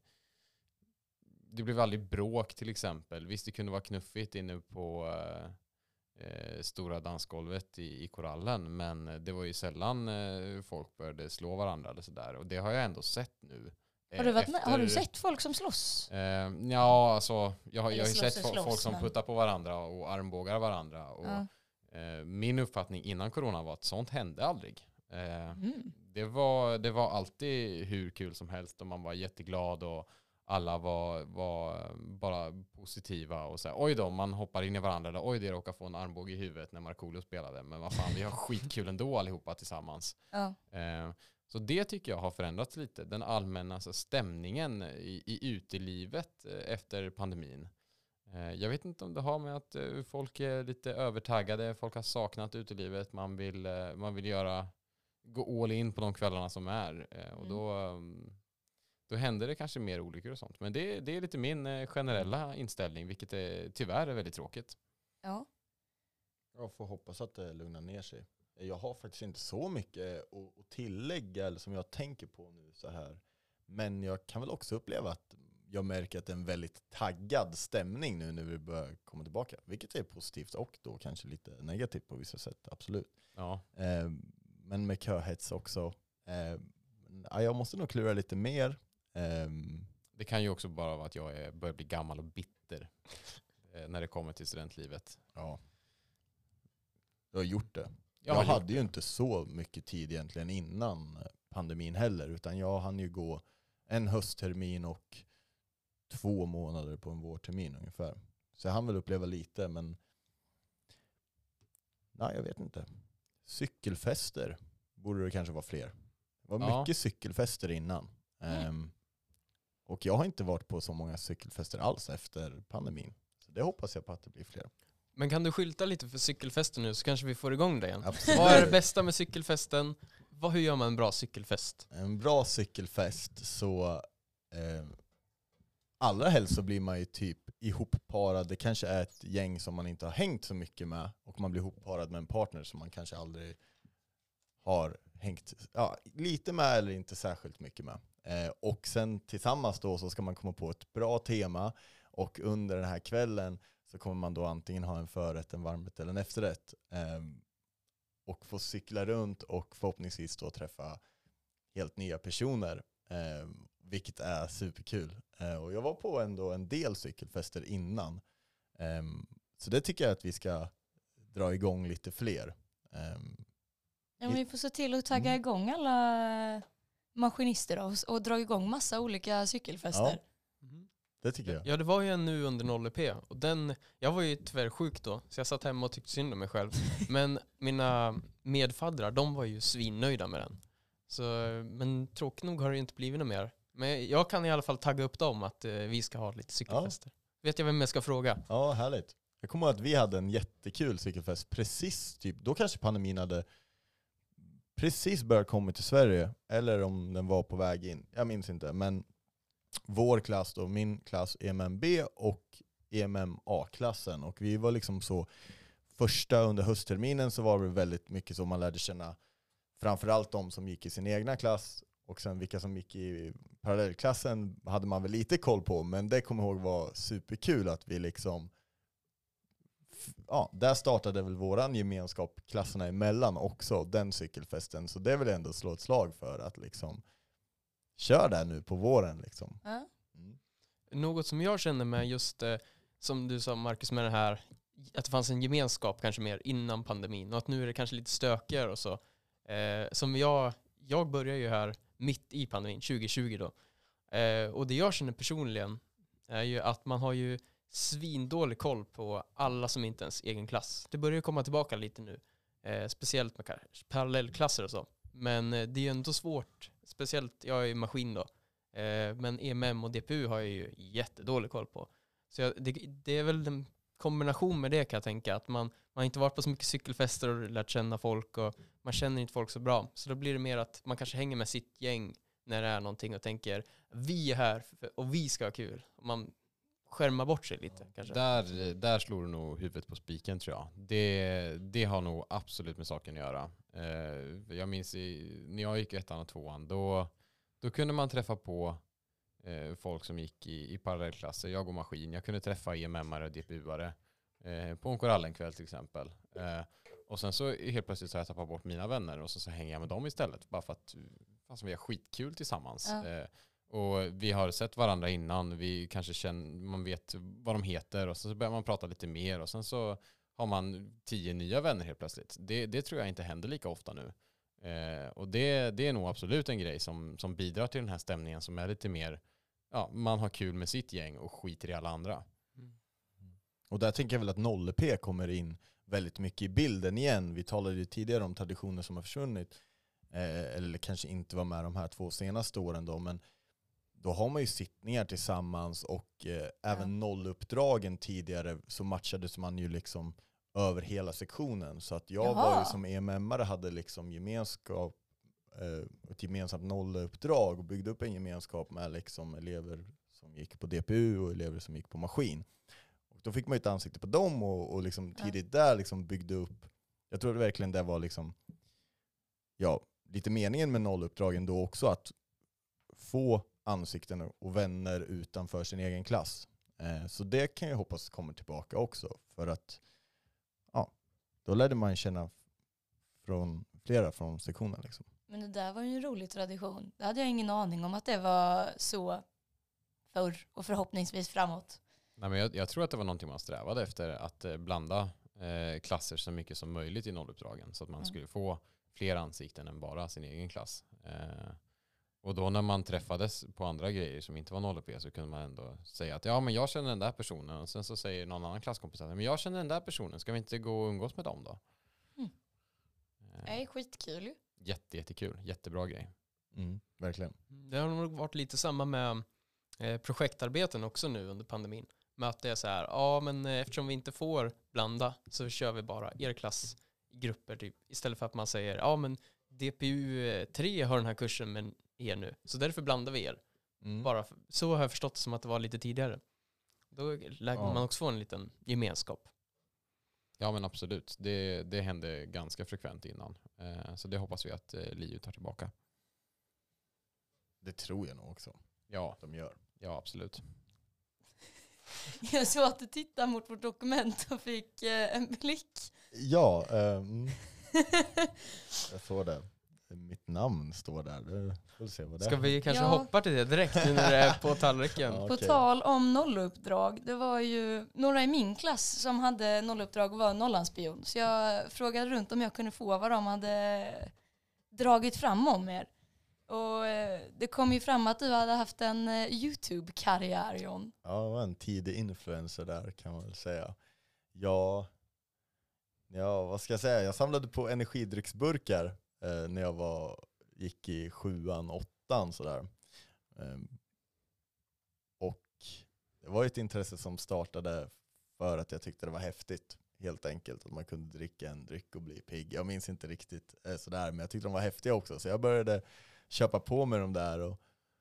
det blev aldrig bråk till exempel. Visst det kunde vara knuffigt inne på eh, eh, stora dansgolvet i, i Korallen, men det var ju sällan eh, folk började slå varandra eller sådär, och det har jag ändå sett nu. eh, Har du, varit, efter- har du sett folk som slåss? Eh, ja, alltså jag har, Eller jag har ju slåss sett och fo- slåss, folk som men- puttar på varandra och armbågar varandra. Och, Ja. eh, min uppfattning innan corona var att sånt hände aldrig. Eh, Mm. det, var, det var alltid hur kul som helst och man var jätteglad och alla var, var bara positiva och så här, oj då, man hoppar in i varandra eller oj det råkar få en armbåge i huvudet när Markoolio spelade, men vad fan, vi har skitkul ändå allihopa tillsammans. Ja. Eh, så det tycker jag har förändrats lite. Den allmänna alltså, stämningen i, i utelivet eh, efter pandemin. Eh, jag vet inte om det har med att eh, folk är lite övertaggade, folk har saknat utelivet, man vill, eh, man vill göra, gå all in på de kvällarna som är. Eh, och Mm. då, um, då händer det kanske mer olyckor och sånt. Men det, det är lite min eh, generella inställning, vilket är, tyvärr är väldigt tråkigt. Ja. Jag får hoppas att det lugnar ner sig. Jag har faktiskt inte så mycket att, att tillägga eller som jag tänker på nu så här. Men jag kan väl också uppleva att jag märker att det är en väldigt taggad stämning nu när vi börjar komma tillbaka. Vilket är positivt och då kanske lite negativt på vissa sätt, absolut. Ja. Eh, men med köhets också. Eh, ja, jag måste nog klura lite mer. Eh, Det kan ju också bara vara att jag är, börjar bli gammal och bitter eh, när det kommer till studentlivet. ja. Jag har gjort det. Jag, Jag har hade ju inte så mycket tid egentligen innan pandemin heller, utan jag hann ju gå en hösttermin och två månader på en vårtermin ungefär. Så jag hann väl uppleva lite, men nej, jag vet inte. Cykelfester borde det kanske vara fler. Det var Ja. mycket cykelfester innan. Mm. Um, och jag har inte varit på så många cykelfester alls efter pandemin. Så det hoppas jag på att det blir fler. Men kan du skylta lite för cykelfesten nu så kanske vi får igång det igen? Absolut. Vad är det bästa med cykelfesten? Vad, hur gör man en bra cykelfest? En bra cykelfest så eh, allra helst så blir man ju typ ihopparad. Det kanske är ett gäng som man inte har hängt så mycket med och man blir ihopparad med en partner som man kanske aldrig har hängt ja, lite med eller inte särskilt mycket med. Eh, och sen tillsammans då så ska man komma på ett bra tema och under den här kvällen så kommer man då antingen ha en förrätt, en varmrätt eller en efterrätt. Eh, och få cykla runt och förhoppningsvis då träffa helt nya personer. Eh, vilket är superkul. Eh, och jag var på ändå en del cykelfester innan. Eh, så det tycker jag att vi ska dra igång lite fler. Eh, Ja, men vi får se till att tagga Mm. igång alla maskinister och, och dra igång massa olika cykelfester. det tycker jag. Ja, det var ju en nu under noll P och den, jag var ju tyvärr sjuk då så jag satt hemma och tyckte synd om mig själv. Men mina medfaddrar, de var ju svinnöjda med den. Så, men tråkigt nog har det inte blivit något mer. Men jag kan i alla fall tagga upp dem att eh, vi ska ha lite cykelfester. Vet jag vem jag ska fråga? Ja, härligt. Jag kommer ihåg att vi hade en jättekul cykelfest precis typ, då kanske pandemin hade precis börjat komma till Sverige eller om den var på väg in. Jag minns inte, men vår klass då, min klass E M M B och E M M A-klassen och vi var liksom så första under höstterminen så var det väldigt mycket så man lärde känna framförallt de som gick i sin egna klass och sen vilka som gick i parallellklassen hade man väl lite koll på, men det kommer jag ihåg var superkul att vi liksom ja, där startade väl våran gemenskap klasserna emellan också, den cykelfesten. Så det vill jag ändå slå ett slag för att liksom kör där nu på våren liksom. Ja. Mm. Något som jag känner med just, eh, som du sa Marcus med det här, att det fanns en gemenskap kanske mer innan pandemin och att nu är det kanske lite stökigare och så. Eh, som jag, jag börjar ju här mitt i pandemin, tjugo tjugo då. Eh, och det jag känner personligen är ju att man har ju svindålig koll på alla som inte ens egen klass. Det börjar ju komma tillbaka lite nu. Eh, speciellt med parallellklasser och så. Men eh, det är ju ändå svårt. Speciellt, jag är ju maskin då. Eh, men E M M och D P U har jag ju jättedålig koll på. Så jag, det, det är väl en kombination med det kan jag tänka. Att man, man har inte varit på så mycket cykelfester och lärt känna folk. Och man känner inte folk så bra. Så då blir det mer att man kanske hänger med sitt gäng när det är någonting och tänker vi är här och vi ska ha kul. Och man skärma bort sig lite kanske. Där, där slår du nog huvudet på spiken tror jag. Det, det har nog absolut med saken att göra. Eh, jag minns i, när jag gick ettan och tvåan, då, då kunde man träffa på eh, folk som gick i, i parallellklasser. Jag går maskin. Jag kunde träffa E M M-are och D P U-are eh, på en korallenkväll till exempel. Eh, och sen så helt plötsligt så har jag tappat bort mina vänner och så, så hänger jag med dem istället. Bara för att fast vi har skitkul tillsammans. Ja. Eh, Och vi har sett varandra innan. Vi kanske känner, man vet vad de heter och så börjar man prata lite mer och sen så har man tio nya vänner helt plötsligt. Det, det tror jag inte händer lika ofta nu. Eh, och det, det är nog absolut en grej som, som bidrar till den här stämningen som är lite mer, ja, man har kul med sitt gäng och skiter i alla andra. Mm. Och där tänker jag väl att noll P kommer in väldigt mycket i bilden igen. Vi talade ju tidigare om traditioner som har försvunnit. Eh, eller kanske inte var med de här två senaste åren då, men då har man ju sittningar tillsammans och eh, även nolluppdragen tidigare så matchades man ju liksom över hela sektionen. Så att jag Jaha. var ju som E M M-are hade liksom gemenskap eh, ett gemensamt nolluppdrag och byggde upp en gemenskap med liksom elever som gick på D P U och elever som gick på maskin. Och då fick man ju ett ansikte på dem och, och liksom tidigt där liksom byggde upp. Jag tror det verkligen det var liksom, ja, lite meningen med nolluppdragen då också, att få ansikten och vänner utanför sin egen klass. Eh, så det kan jag hoppas kommer tillbaka också, för att ja, då lärde man känna från flera från sektionen liksom. Men det där var ju en rolig tradition. Det hade jag ingen aning om att det var så förr och förhoppningsvis framåt. Nej, men jag, jag tror att det var någonting man strävade efter, att eh, blanda eh, klasser så mycket som möjligt i nolluppdragen, så att man Mm. skulle få fler ansikten än bara sin egen klass. Eh, och då när man träffades på andra grejer som inte var noll P så kunde man ändå säga att ja, men jag känner den där personen, och sen så säger någon annan klasskompis att men jag känner den där personen, ska vi inte gå och umgås med dem då? Mm. Eh, Det är skitkul ju. jätte, jättekul, jättebra grej. Mm, verkligen. Det har nog varit lite samma med eh, projektarbeten också nu under pandemin. Med att det är så här, ja men eh, eftersom vi inte får blanda så kör vi bara er klass i grupper typ. Istället för att man säger, ja men D P U tre har den här kursen med er nu, så därför blandar vi er. Mm. Bara för, så har jag förstått det som att det var lite tidigare. Då lär Ja. man också få en liten gemenskap. Ja, men absolut. Det, det hände ganska frekvent innan. Eh, så det hoppas vi att eh, L I U tar tillbaka. Det tror jag nog också Ja, de gör. ja absolut. Jag såg att du tittade mot vårt dokument och fick eh, en blick. Ja, um, jag såg det. Mitt namn står där. Det får vi se vad det Ska är. vi kanske Ja. hoppa till det direkt nu när det är på tallriken? Ja. På Okej. tal om nolluppdrag, det var ju några i min klass som hade nolluppdrag och var nollanspion. Så jag frågade runt om jag kunde få vad de hade dragit fram om er. Och eh, det kom ju fram att du hade haft en eh, YouTube-karriär, John. Ja, jag var en tidig influencer där kan man väl säga. Ja, ja vad ska jag säga? Jag samlade på energidrycksburkar eh, när jag var, gick i sjuan, åttan sådär. Ehm, och det var ett intresse som startade för att jag tyckte det var häftigt. Helt enkelt att man kunde dricka en dryck och bli pigg. Jag minns inte riktigt eh, sådär, men jag tyckte de var häftiga också. Så jag började köpa på mig de där. Och,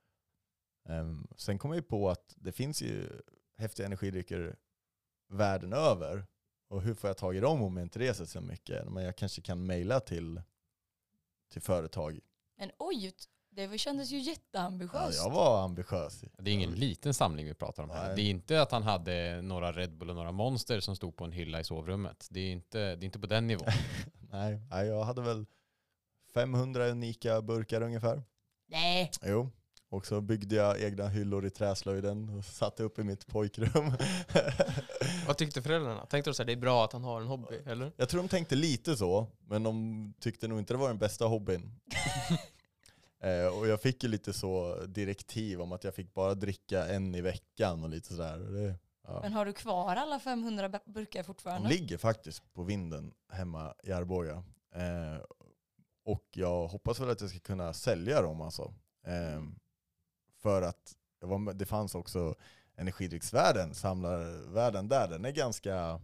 um, sen kom jag ju på att det finns ju häftiga energidrycker världen över. Och hur får jag tag i dem om jag inte reser så mycket? Men jag kanske kan mejla till, till företag. Men oj, det kändes ju Ja, jätteambitiöst. jag var ambitiös. Det är ingen liten samling vi pratar om här. Nej. Det är inte att han hade några Red Bull och några Monster som stod på en hylla i sovrummet. Det är inte, det är inte på den nivån. Nej, nej, jag hade väl femhundra unika burkar ungefär. Nej, Jo. Och så byggde jag egna hyllor i träslöjden och satte upp i mitt pojkrum. Vad tyckte föräldrarna? Tänkte de så här, det är bra att han har en hobby, eller? Jag tror de tänkte lite så, men de tyckte nog inte det var den bästa hobbyn. eh, och jag fick ju lite så direktiv om att jag fick bara dricka en i veckan och lite sådär. Och det, ja. men har du kvar alla femhundra b- burkar De fortfarande? ligger faktiskt på vinden hemma i Arboga. Eh, och jag hoppas väl att jag ska kunna sälja dem alltså. Eh, för att det, var, det fanns också energidrycksvärlden, samlarvärlden där. Den är ganska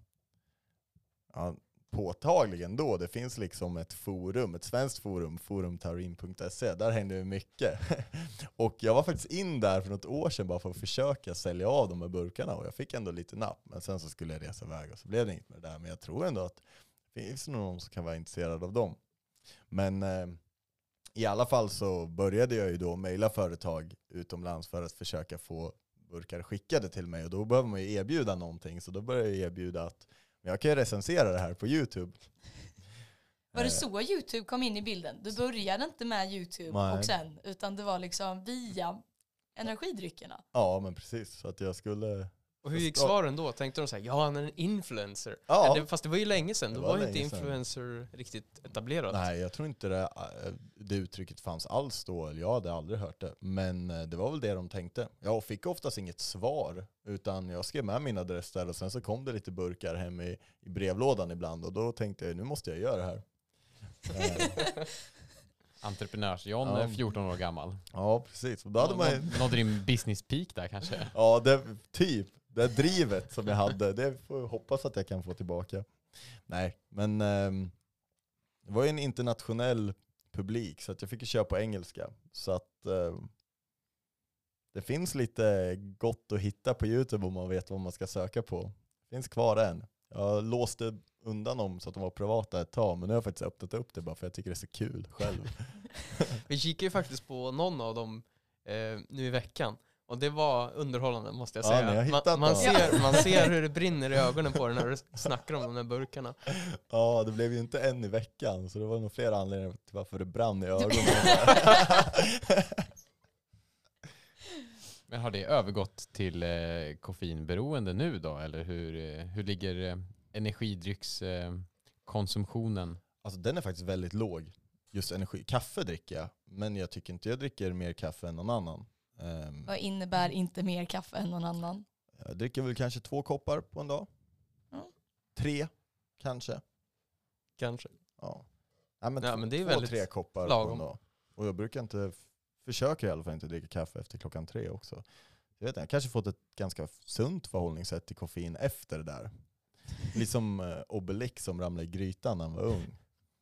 ja, påtaglig ändå. Det finns liksom ett forum, ett svenskt forum, forumtaurin punkt se. Där händer det mycket. Och jag var faktiskt in där för något år sedan bara för att försöka sälja av de här burkarna. Och jag fick ändå lite napp. Men sen så skulle jag resa iväg och så blev det inget med det där. Men jag tror ändå att det finns någon som kan vara intresserad av dem. Men eh, i alla fall så började jag ju då mejla företag utomlands för att försöka få burkar skickade till mig. Och då behöver man ju erbjuda någonting. Så då började jag erbjuda att men jag kan ju recensera det här på YouTube. Var det Eh, så YouTube kom in i bilden? Du började inte med YouTube Nej. och sen, utan det var liksom via energidryckerna. Ja, men precis. Så att jag skulle... Och hur gick Ja. svaren då? Tänkte de så här, ja han är en influencer. Ja. Ja, det, fast det var ju länge sedan, Det då var var ju inte länge sedan. influencer riktigt etablerat. Nej, jag tror inte det, eh, det uttrycket fanns alls då. Eller jag hade aldrig hört det. Men eh, det var väl det de tänkte. Jag fick oftast inget svar. Utan jag skrev med min adress där. Och sen så kom det lite burkar hem i, i brevlådan ibland. Och då tänkte jag, nu måste jag göra det här. Eh, Entreprenörs-John, Ja. är fjorton år gammal. ja, precis. Och då hade man ju... Nå- Nådde din business peak där kanske? Ja, det, typ. Det drivet som jag hade, det får jag hoppas att jag kan få tillbaka. Nej, men ehm, det var ju en internationell publik, så att jag fick ju köra på engelska. Så att eh, det finns lite gott att hitta på YouTube om man vet vad man ska söka på. Det finns kvar än. Jag låste undan dem så att de var privata ett tag, men nu har jag faktiskt öppnat upp det bara för jag tycker det är så kul själv. Vi kikar ju faktiskt på någon av dem eh, nu i veckan. Och det var underhållande, måste jag Ja, säga. ni har hittat man, man, dem. ser, man ser hur det brinner i ögonen på dig när du snackar om de där burkarna. Ja, det blev ju inte en i veckan, så det var nog flera anledningar till varför det brann i ögonen. Men har det övergått till eh, koffeinberoende nu då? Eller hur, eh, hur ligger eh, energidryckskonsumtionen? Eh, Alltså den är faktiskt väldigt låg. Just energi. Kaffe dricker jag, men jag tycker inte jag dricker mer kaffe än någon annan. Um, Vad innebär inte mer kaffe än någon annan? jag dricker väl kanske två koppar på en dag. Mm. Tre, kanske. Kanske. Ja. Ja, men, Ja, men det är två, väldigt tre koppar lagom. på en dag. Och jag brukar inte, försöker i alla fall inte dricka kaffe efter klockan tre också. Jag vet inte, jag har kanske fått ett ganska sunt förhållningssätt till koffein efter det där. Liksom uh, Obelix som ramlade i grytan när han var ung.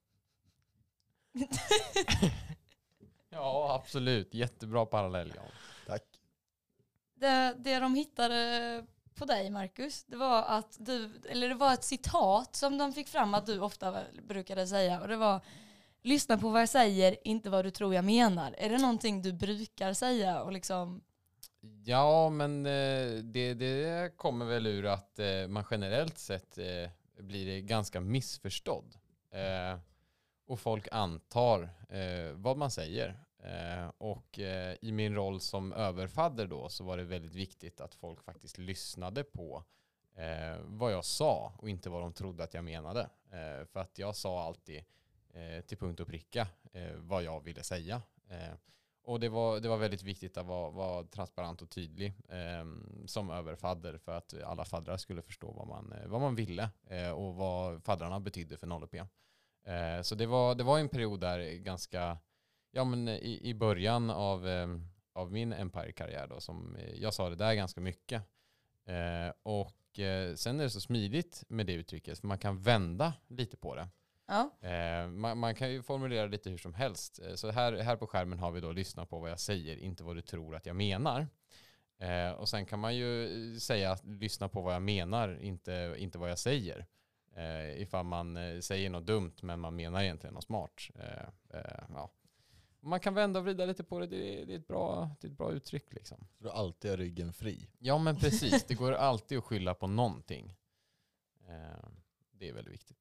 Ja, absolut. Jättebra parallell, Jan. Tack. Det, det de hittade på dig, Marcus, det var att du, eller det var ett citat som de fick fram att du ofta brukade säga, och det var: lyssna på vad jag säger, inte vad du tror jag menar. Är det någonting du brukar säga och liksom? Ja, men eh, det, det kommer väl ur att eh, man generellt sett eh, blir ganska missförstådd. Eh, och folk antar eh, vad man säger. Eh, och eh, i min roll som överfadder då så var det väldigt viktigt att folk faktiskt lyssnade på eh, vad jag sa och inte vad de trodde att jag menade. Eh, för att jag sa alltid eh, till punkt och pricka eh, vad jag ville säga. Eh, och det var, det var väldigt viktigt att vara, vara transparent och tydlig eh, som överfadder för att alla faddrar skulle förstå vad man, vad man ville eh, och vad faddrarna betydde för noll U P. Eh, så det var, det var en period där ganska, ja men i, i början av, eh, av min Empire-karriär då, som jag sa det där ganska mycket. Eh, och eh, sen är det så smidigt med det uttrycket, för man kan vända lite på det. Ja. Eh, man, man kan ju formulera lite hur som helst. Eh, så här, här på skärmen har vi då lyssna på vad jag säger, inte vad du tror att jag menar. Eh, och sen kan man ju säga att lyssna på vad jag menar, inte, inte vad jag säger. Eh, ifall man eh, säger något dumt men man menar egentligen något smart. Eh, eh, ja. Man kan vända och vrida lite på det. Det är, det är, ett, bra, det är ett bra uttryck liksom. Så du alltid har ryggen fri. Ja men precis, det går alltid att skylla på någonting. Eh, det är väldigt viktigt.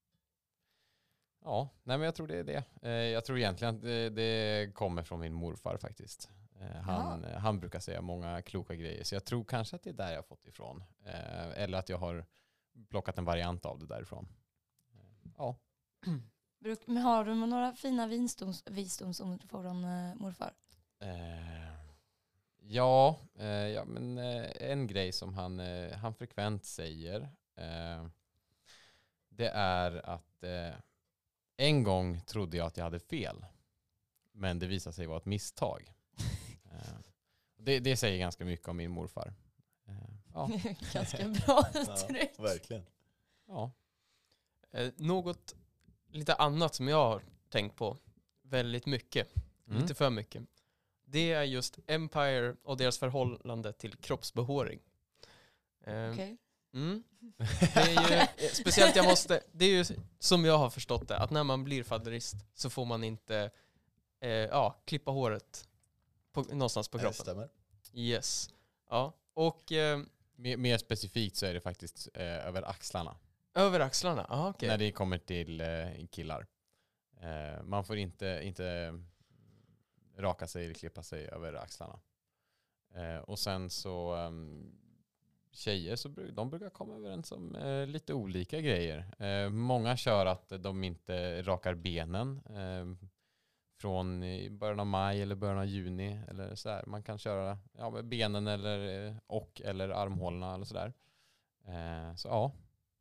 Ja, nej men jag tror det är det. Eh, jag tror egentligen att det, det kommer från min morfar faktiskt. Eh, han, eh, han brukar säga många kloka grejer, så jag tror kanske att det är där jag har fått ifrån. Eh, eller att jag har plockat en variant av det därifrån. Eh, ja. Bruk, men har du några fina visdoms, visdomsord från uh, morfar? Eh, ja, eh, ja, men eh, en grej som han, eh, han frekvent säger eh, det är att eh, en gång trodde jag att jag hade fel, men det visade sig vara ett misstag. eh, det, det säger ganska mycket om min morfar. Eh, ja. Ganska bra uttryck. Ja, verkligen. Ja. Eh, något lite annat som jag har tänkt på väldigt mycket, Mm. lite för mycket, det är just Empire och deras förhållande till kroppsbehåring. Eh, Okej. mm. Det är ju, eh, speciellt jag måste, det är ju som jag har förstått det, att när man blir fadderist så får man inte eh, ja, klippa håret på, någonstans på Det kroppen. stämmer. Yes. Ja. Och eh, Mer, mer specifikt så är det faktiskt eh, över axlarna. över axlarna, ah, okej. När det kommer till eh, killar. Eh, man får inte, inte raka sig eller klippa sig över axlarna. Eh, och sen så um, tjejer så bru- de brukar komma överens om eh, lite olika grejer. Eh, många kör att de inte rakar benen eh, från i början av maj eller början av juni eller så där. Man kan köra ja, med benen eller och eller armhålorna eller så där. Eh, så ja.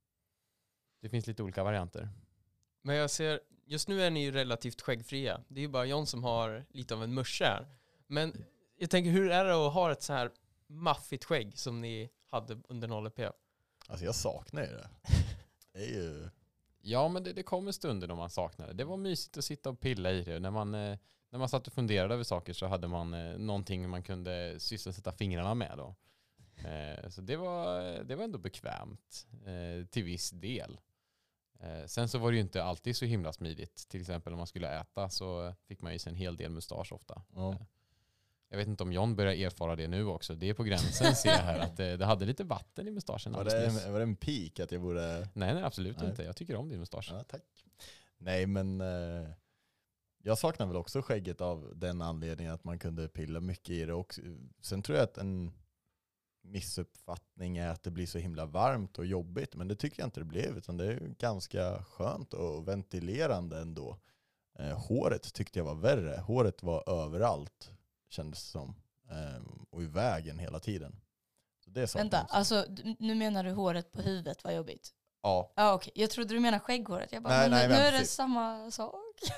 Det finns lite olika varianter. Men jag ser, just nu är ni ju relativt skäggfria. Det är ju bara John som har lite av en musche här. Men jag tänker, hur är det att ha ett så här maffigt skägg som ni hade under noll P? Alltså jag saknar ju det. Det är ju... Ja, men det, det kommer stunder då man saknar det. Det var mysigt att sitta och pilla i det. När man, eh, när man satt och funderade över saker så hade man eh, någonting man kunde sysselsätta fingrarna med då. Eh, så det var, det var ändå bekvämt eh, till viss del. Eh, sen så var det ju inte alltid så himla smidigt. Till exempel om man skulle äta så fick man ju sig en hel del mustasch ofta. Ja. Eh, jag vet inte om John börjar erfara det nu också. Det är på gränsen ser jag här att det, det hade lite vatten i mustaschen. Var det, en, var det en peak att jag borde... Nej, nej absolut Nej. inte. Jag tycker om din mustasch. Ja, tack. Nej, men eh, jag saknar väl också skägget av den anledningen att man kunde pilla mycket i det. Och sen tror jag att en missuppfattning är att det blir så himla varmt och jobbigt. Men det tycker jag inte det blev, utan det är ganska skönt och ventilerande ändå. Eh, håret tyckte jag var värre. Håret var överallt, kändes det som. Eh, och i vägen hela tiden. Så det saknas. Vänta, alltså d- nu menar du håret på huvudet var jobbigt? Ja. Ja okej, jag trodde du menar skägghåret. Jag bara, Nej, men nej, nu, nu men är det precis. samma sak.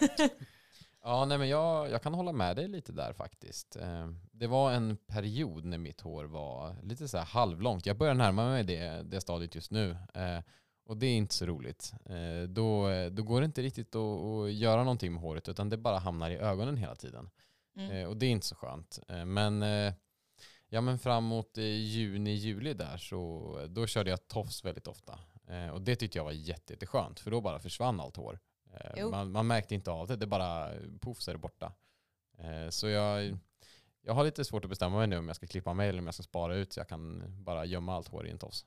Ja, nej men jag, jag kan hålla med dig lite där faktiskt. Eh, det var en period när mitt hår var lite så här halvlångt. Jag börjar närma mig det, det stadiet just nu. Eh, och det är inte så roligt. Eh, då, då går det inte riktigt att, att göra någonting med håret utan det bara hamnar i ögonen hela tiden. Mm. Eh, och det är inte så skönt. Eh, men, eh, ja, men framåt i juni, juli där så då körde jag tofs väldigt ofta. Eh, och det tyckte jag var jätte, jätteskönt för då bara försvann allt hår. Jo. Man, man märkte inte av det, det bara puff så är det borta. Eh, så jag, jag har lite svårt att bestämma mig nu om jag ska klippa mig eller om jag ska spara ut så jag kan bara gömma allt hår i en tofs.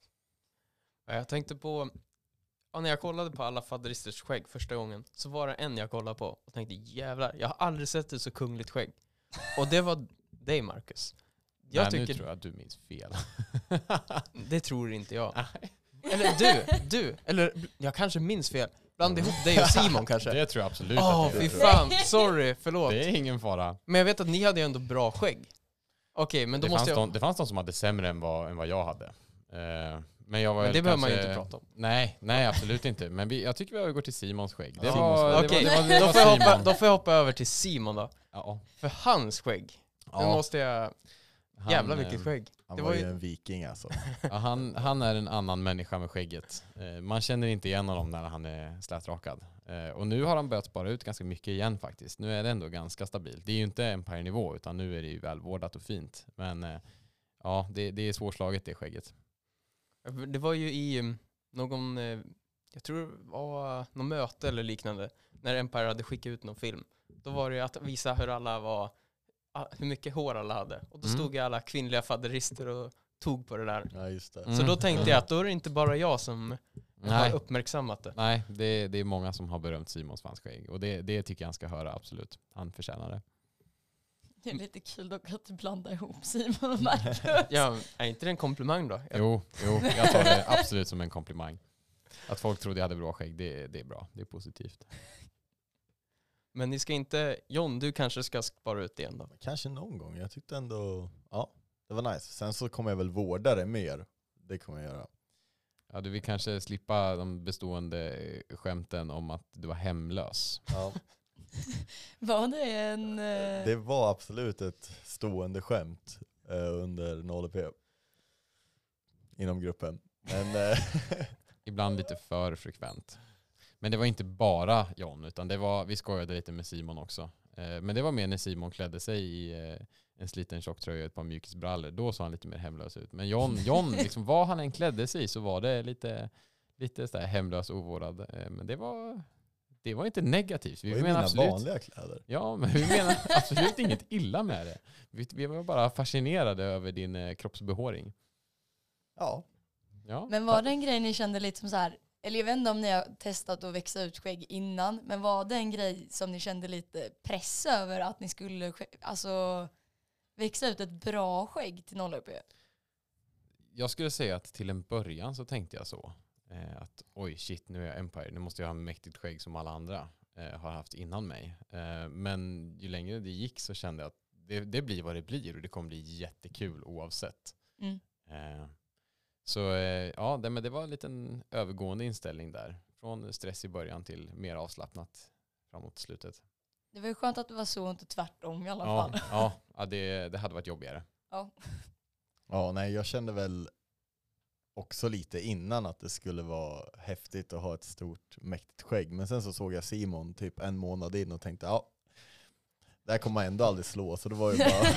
Ja, jag tänkte på, ja, när jag kollade på alla fadderisters skägg första gången så var det en jag kollade på och tänkte jävlar, jag har aldrig sett ett så kungligt skägg. Och det var dig, Marcus. Jag Nej, tycker, nu tror jag att du minns fel. det tror inte jag. Eller du, du, eller jag kanske minns fel. Bland ihop dig och Simon kanske. Det tror jag absolut Åh, att det fy är. fan, sorry, förlåt. Det är ingen fara. Men jag vet att ni hade ju ändå bra skägg. Okej, men då Det måste fanns, jag... de, det fanns de som hade sämre än vad, än vad jag hade. Eh, men jag var Men väl det behöver man ju kanske- inte prata om. Nej, nej absolut inte. Men vi, jag tycker vi övergår till Simons skägg. Det Ja, var, Simons det skägg. var, Okej, det var, det då, var får jag hoppa, Simon. då får jag hoppa över till Simon då. Ja, För hans skägg, nu ja, måste jag... han, Jävlar eh, vilket skägg. Han Det var, var ju ju- en viking alltså. Ja, han, han är en annan människa med skägget. Eh, man känner inte igen honom när han är slätrakad. Eh, och nu har han börjat spara ut ganska mycket igen faktiskt. Nu är det ändå ganska stabilt. Det är ju inte Empire-nivå utan nu är det ju välvårdat och fint. Men eh, ja, det, det är svårslaget det skägget. Det var ju i um, någon, eh, jag tror det var någon möte eller liknande, när Empire hade skickat ut någon film. Då var det ju att visa hur alla var, ah, hur mycket hår alla hade. Och då Mm. stod ju alla kvinnliga fadderister och tog på det där. Ja, just det. Mm. Så då tänkte jag att då är det inte bara jag som Nej, har uppmärksammat det. nej det, det är många som har berömt Simons svansskägg. Och det, det tycker jag han ska höra, absolut. Han förtjänar det. Det är lite kul dock att du blandar ihop Simon och Marcus. Ja, är inte det en komplimang då? Jag, Jo, jo, jag tar det absolut som en komplimang. Att folk trodde jag hade bra skägg, det, det är bra. Det är positivt. Men ni ska inte, John, du kanske ska spara ut det igen då. Kanske någon gång. Jag tyckte ändå, ja, det var nice. Sen så kommer jag väl vårda det mer. Det kommer jag göra. Ja, du vill kanske slippa de bestående skämten om att du var hemlös. Ja. Var det en... eh, Det var absolut ett stående skämt eh, under noll P inom gruppen. Men eh, Ibland lite för frekvent. Men det var inte bara John, utan det var, vi skojade lite med Simon också. Eh, men det var mer när Simon klädde sig i eh, en sliten tjocktröja och ett par mjukisbrallor. Då såg han lite mer hemlös ut. Men John, John liksom, vad han än klädde sig i så var det lite, lite så här hemlös, ovårdad. Eh, men det var, det var inte negativt. det Vi var ju menar mina absolut, vanliga kläder. ja, men vi menar absolut inget illa med det. Vi, vi var bara fascinerade över din eh, kroppsbehåring. Ja, Ja. Men var det en grej ni kände lite som så här, eller jag vet inte om ni har testat att växa ut skägg innan, men var det en grej som ni kände lite press över att ni skulle sk- alltså, växa ut ett bra skägg till noll P? Jag skulle säga att till en början så tänkte jag så. Eh, att oj shit, nu är jag Empire. Nu måste jag ha mäktigt skägg som alla andra eh, har haft innan mig. Eh, men ju längre det gick så kände jag att det, det blir vad det blir och det kommer bli jättekul oavsett. Mm. Eh, så eh, ja, det, men det var en liten övergående inställning där. Från stress i början till mer avslappnat framåt slutet. Det var ju skönt att det var så och inte tvärtom i alla Ja, fall. ja, ja det, det hade varit jobbigare. Ja. ja, nej, jag kände väl också lite innan att det skulle vara häftigt att ha ett stort mäktigt skägg. Men sen så såg jag Simon typ en månad in och tänkte ja, det här kommer man ändå aldrig slå. Så det var ju bara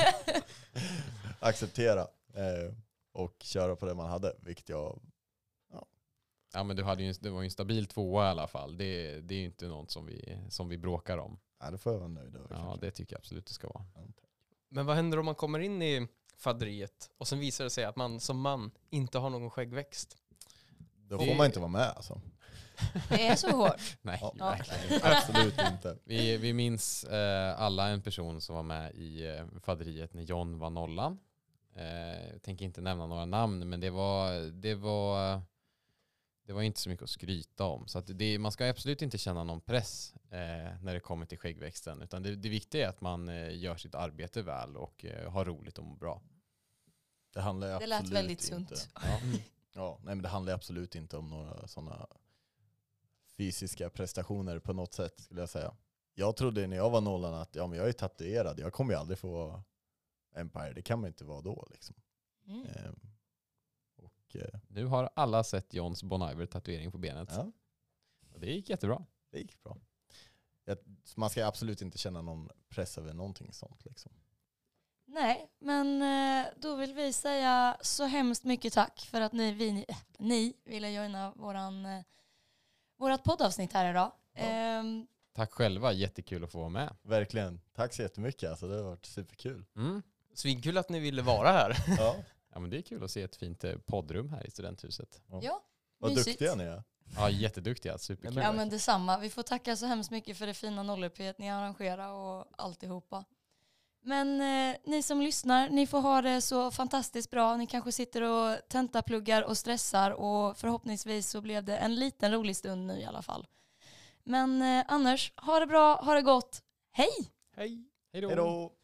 acceptera eh, och köra på det man hade. Vilket jag... Ja, Ja, men du hade ju, det var ju en stabil tvåa i alla fall. Det, det är ju inte något som vi, som vi bråkar om. ja det får jag vara nöjd över. Ja, kanske. det tycker jag absolut det ska vara. Men vad händer om man kommer in i fadderiet och sen visar det sig att man som man inte har någon skäggväxt? Då får man inte vara med alltså. Det är så hårt. Nej, Ja. Ja. Absolut inte. Vi, vi minns eh, alla en person som var med i eh, fadderiet när John var nollan. Eh, jag tänker inte nämna några namn, men det var, det var, det var inte så mycket att skryta om. Så att det, man ska absolut inte känna någon press eh, när det kommer till skäggväxten. Utan det, det viktiga är att man eh, gör sitt arbete väl och eh, har roligt och mår bra. Det handlar ju Det lät absolut väldigt inte. sunt. Ja. Ja, nej, men det handlar absolut inte om några sådana fysiska prestationer på något sätt skulle jag säga. Jag trodde när jag var nollan att ja, men jag är tatuerad, jag kommer ju aldrig få vara Empire, det kan man inte vara då liksom. Mm. Ehm, och eh, Nu har alla sett Johns Bon Iver-tatuering på benet. ja, Och det gick jättebra. det gick bra. Jag, man ska absolut inte känna någon press över någonting sånt liksom. Nej, men eh, då vill vi säga så hemskt mycket tack för att ni, vi, äh, ni ville joina våran, eh, vårat poddavsnitt här idag. Ja. Ehm, Tack själva, jättekul att få vara med. Verkligen, tack så jättemycket alltså, det har varit superkul. Mm. Svinkul att ni ville vara här. Ja, Ja, men det är kul att se ett fint eh, poddrum här i studenthuset. ja, vad mysigt. duktiga ni är. Ja, jätteduktiga, superkul. Ja, men detsamma. Vi får tacka så hemskt mycket för det fina noll U P ni arrangerar och alltihopa. Men eh, ni som lyssnar, ni får ha det så fantastiskt bra. Ni kanske sitter och tentapluggar och stressar och förhoppningsvis så blev det en liten rolig stund nu i alla fall. Men eh, annars, ha det bra, ha det gott. Hej! Hej! Hej då! Hej då!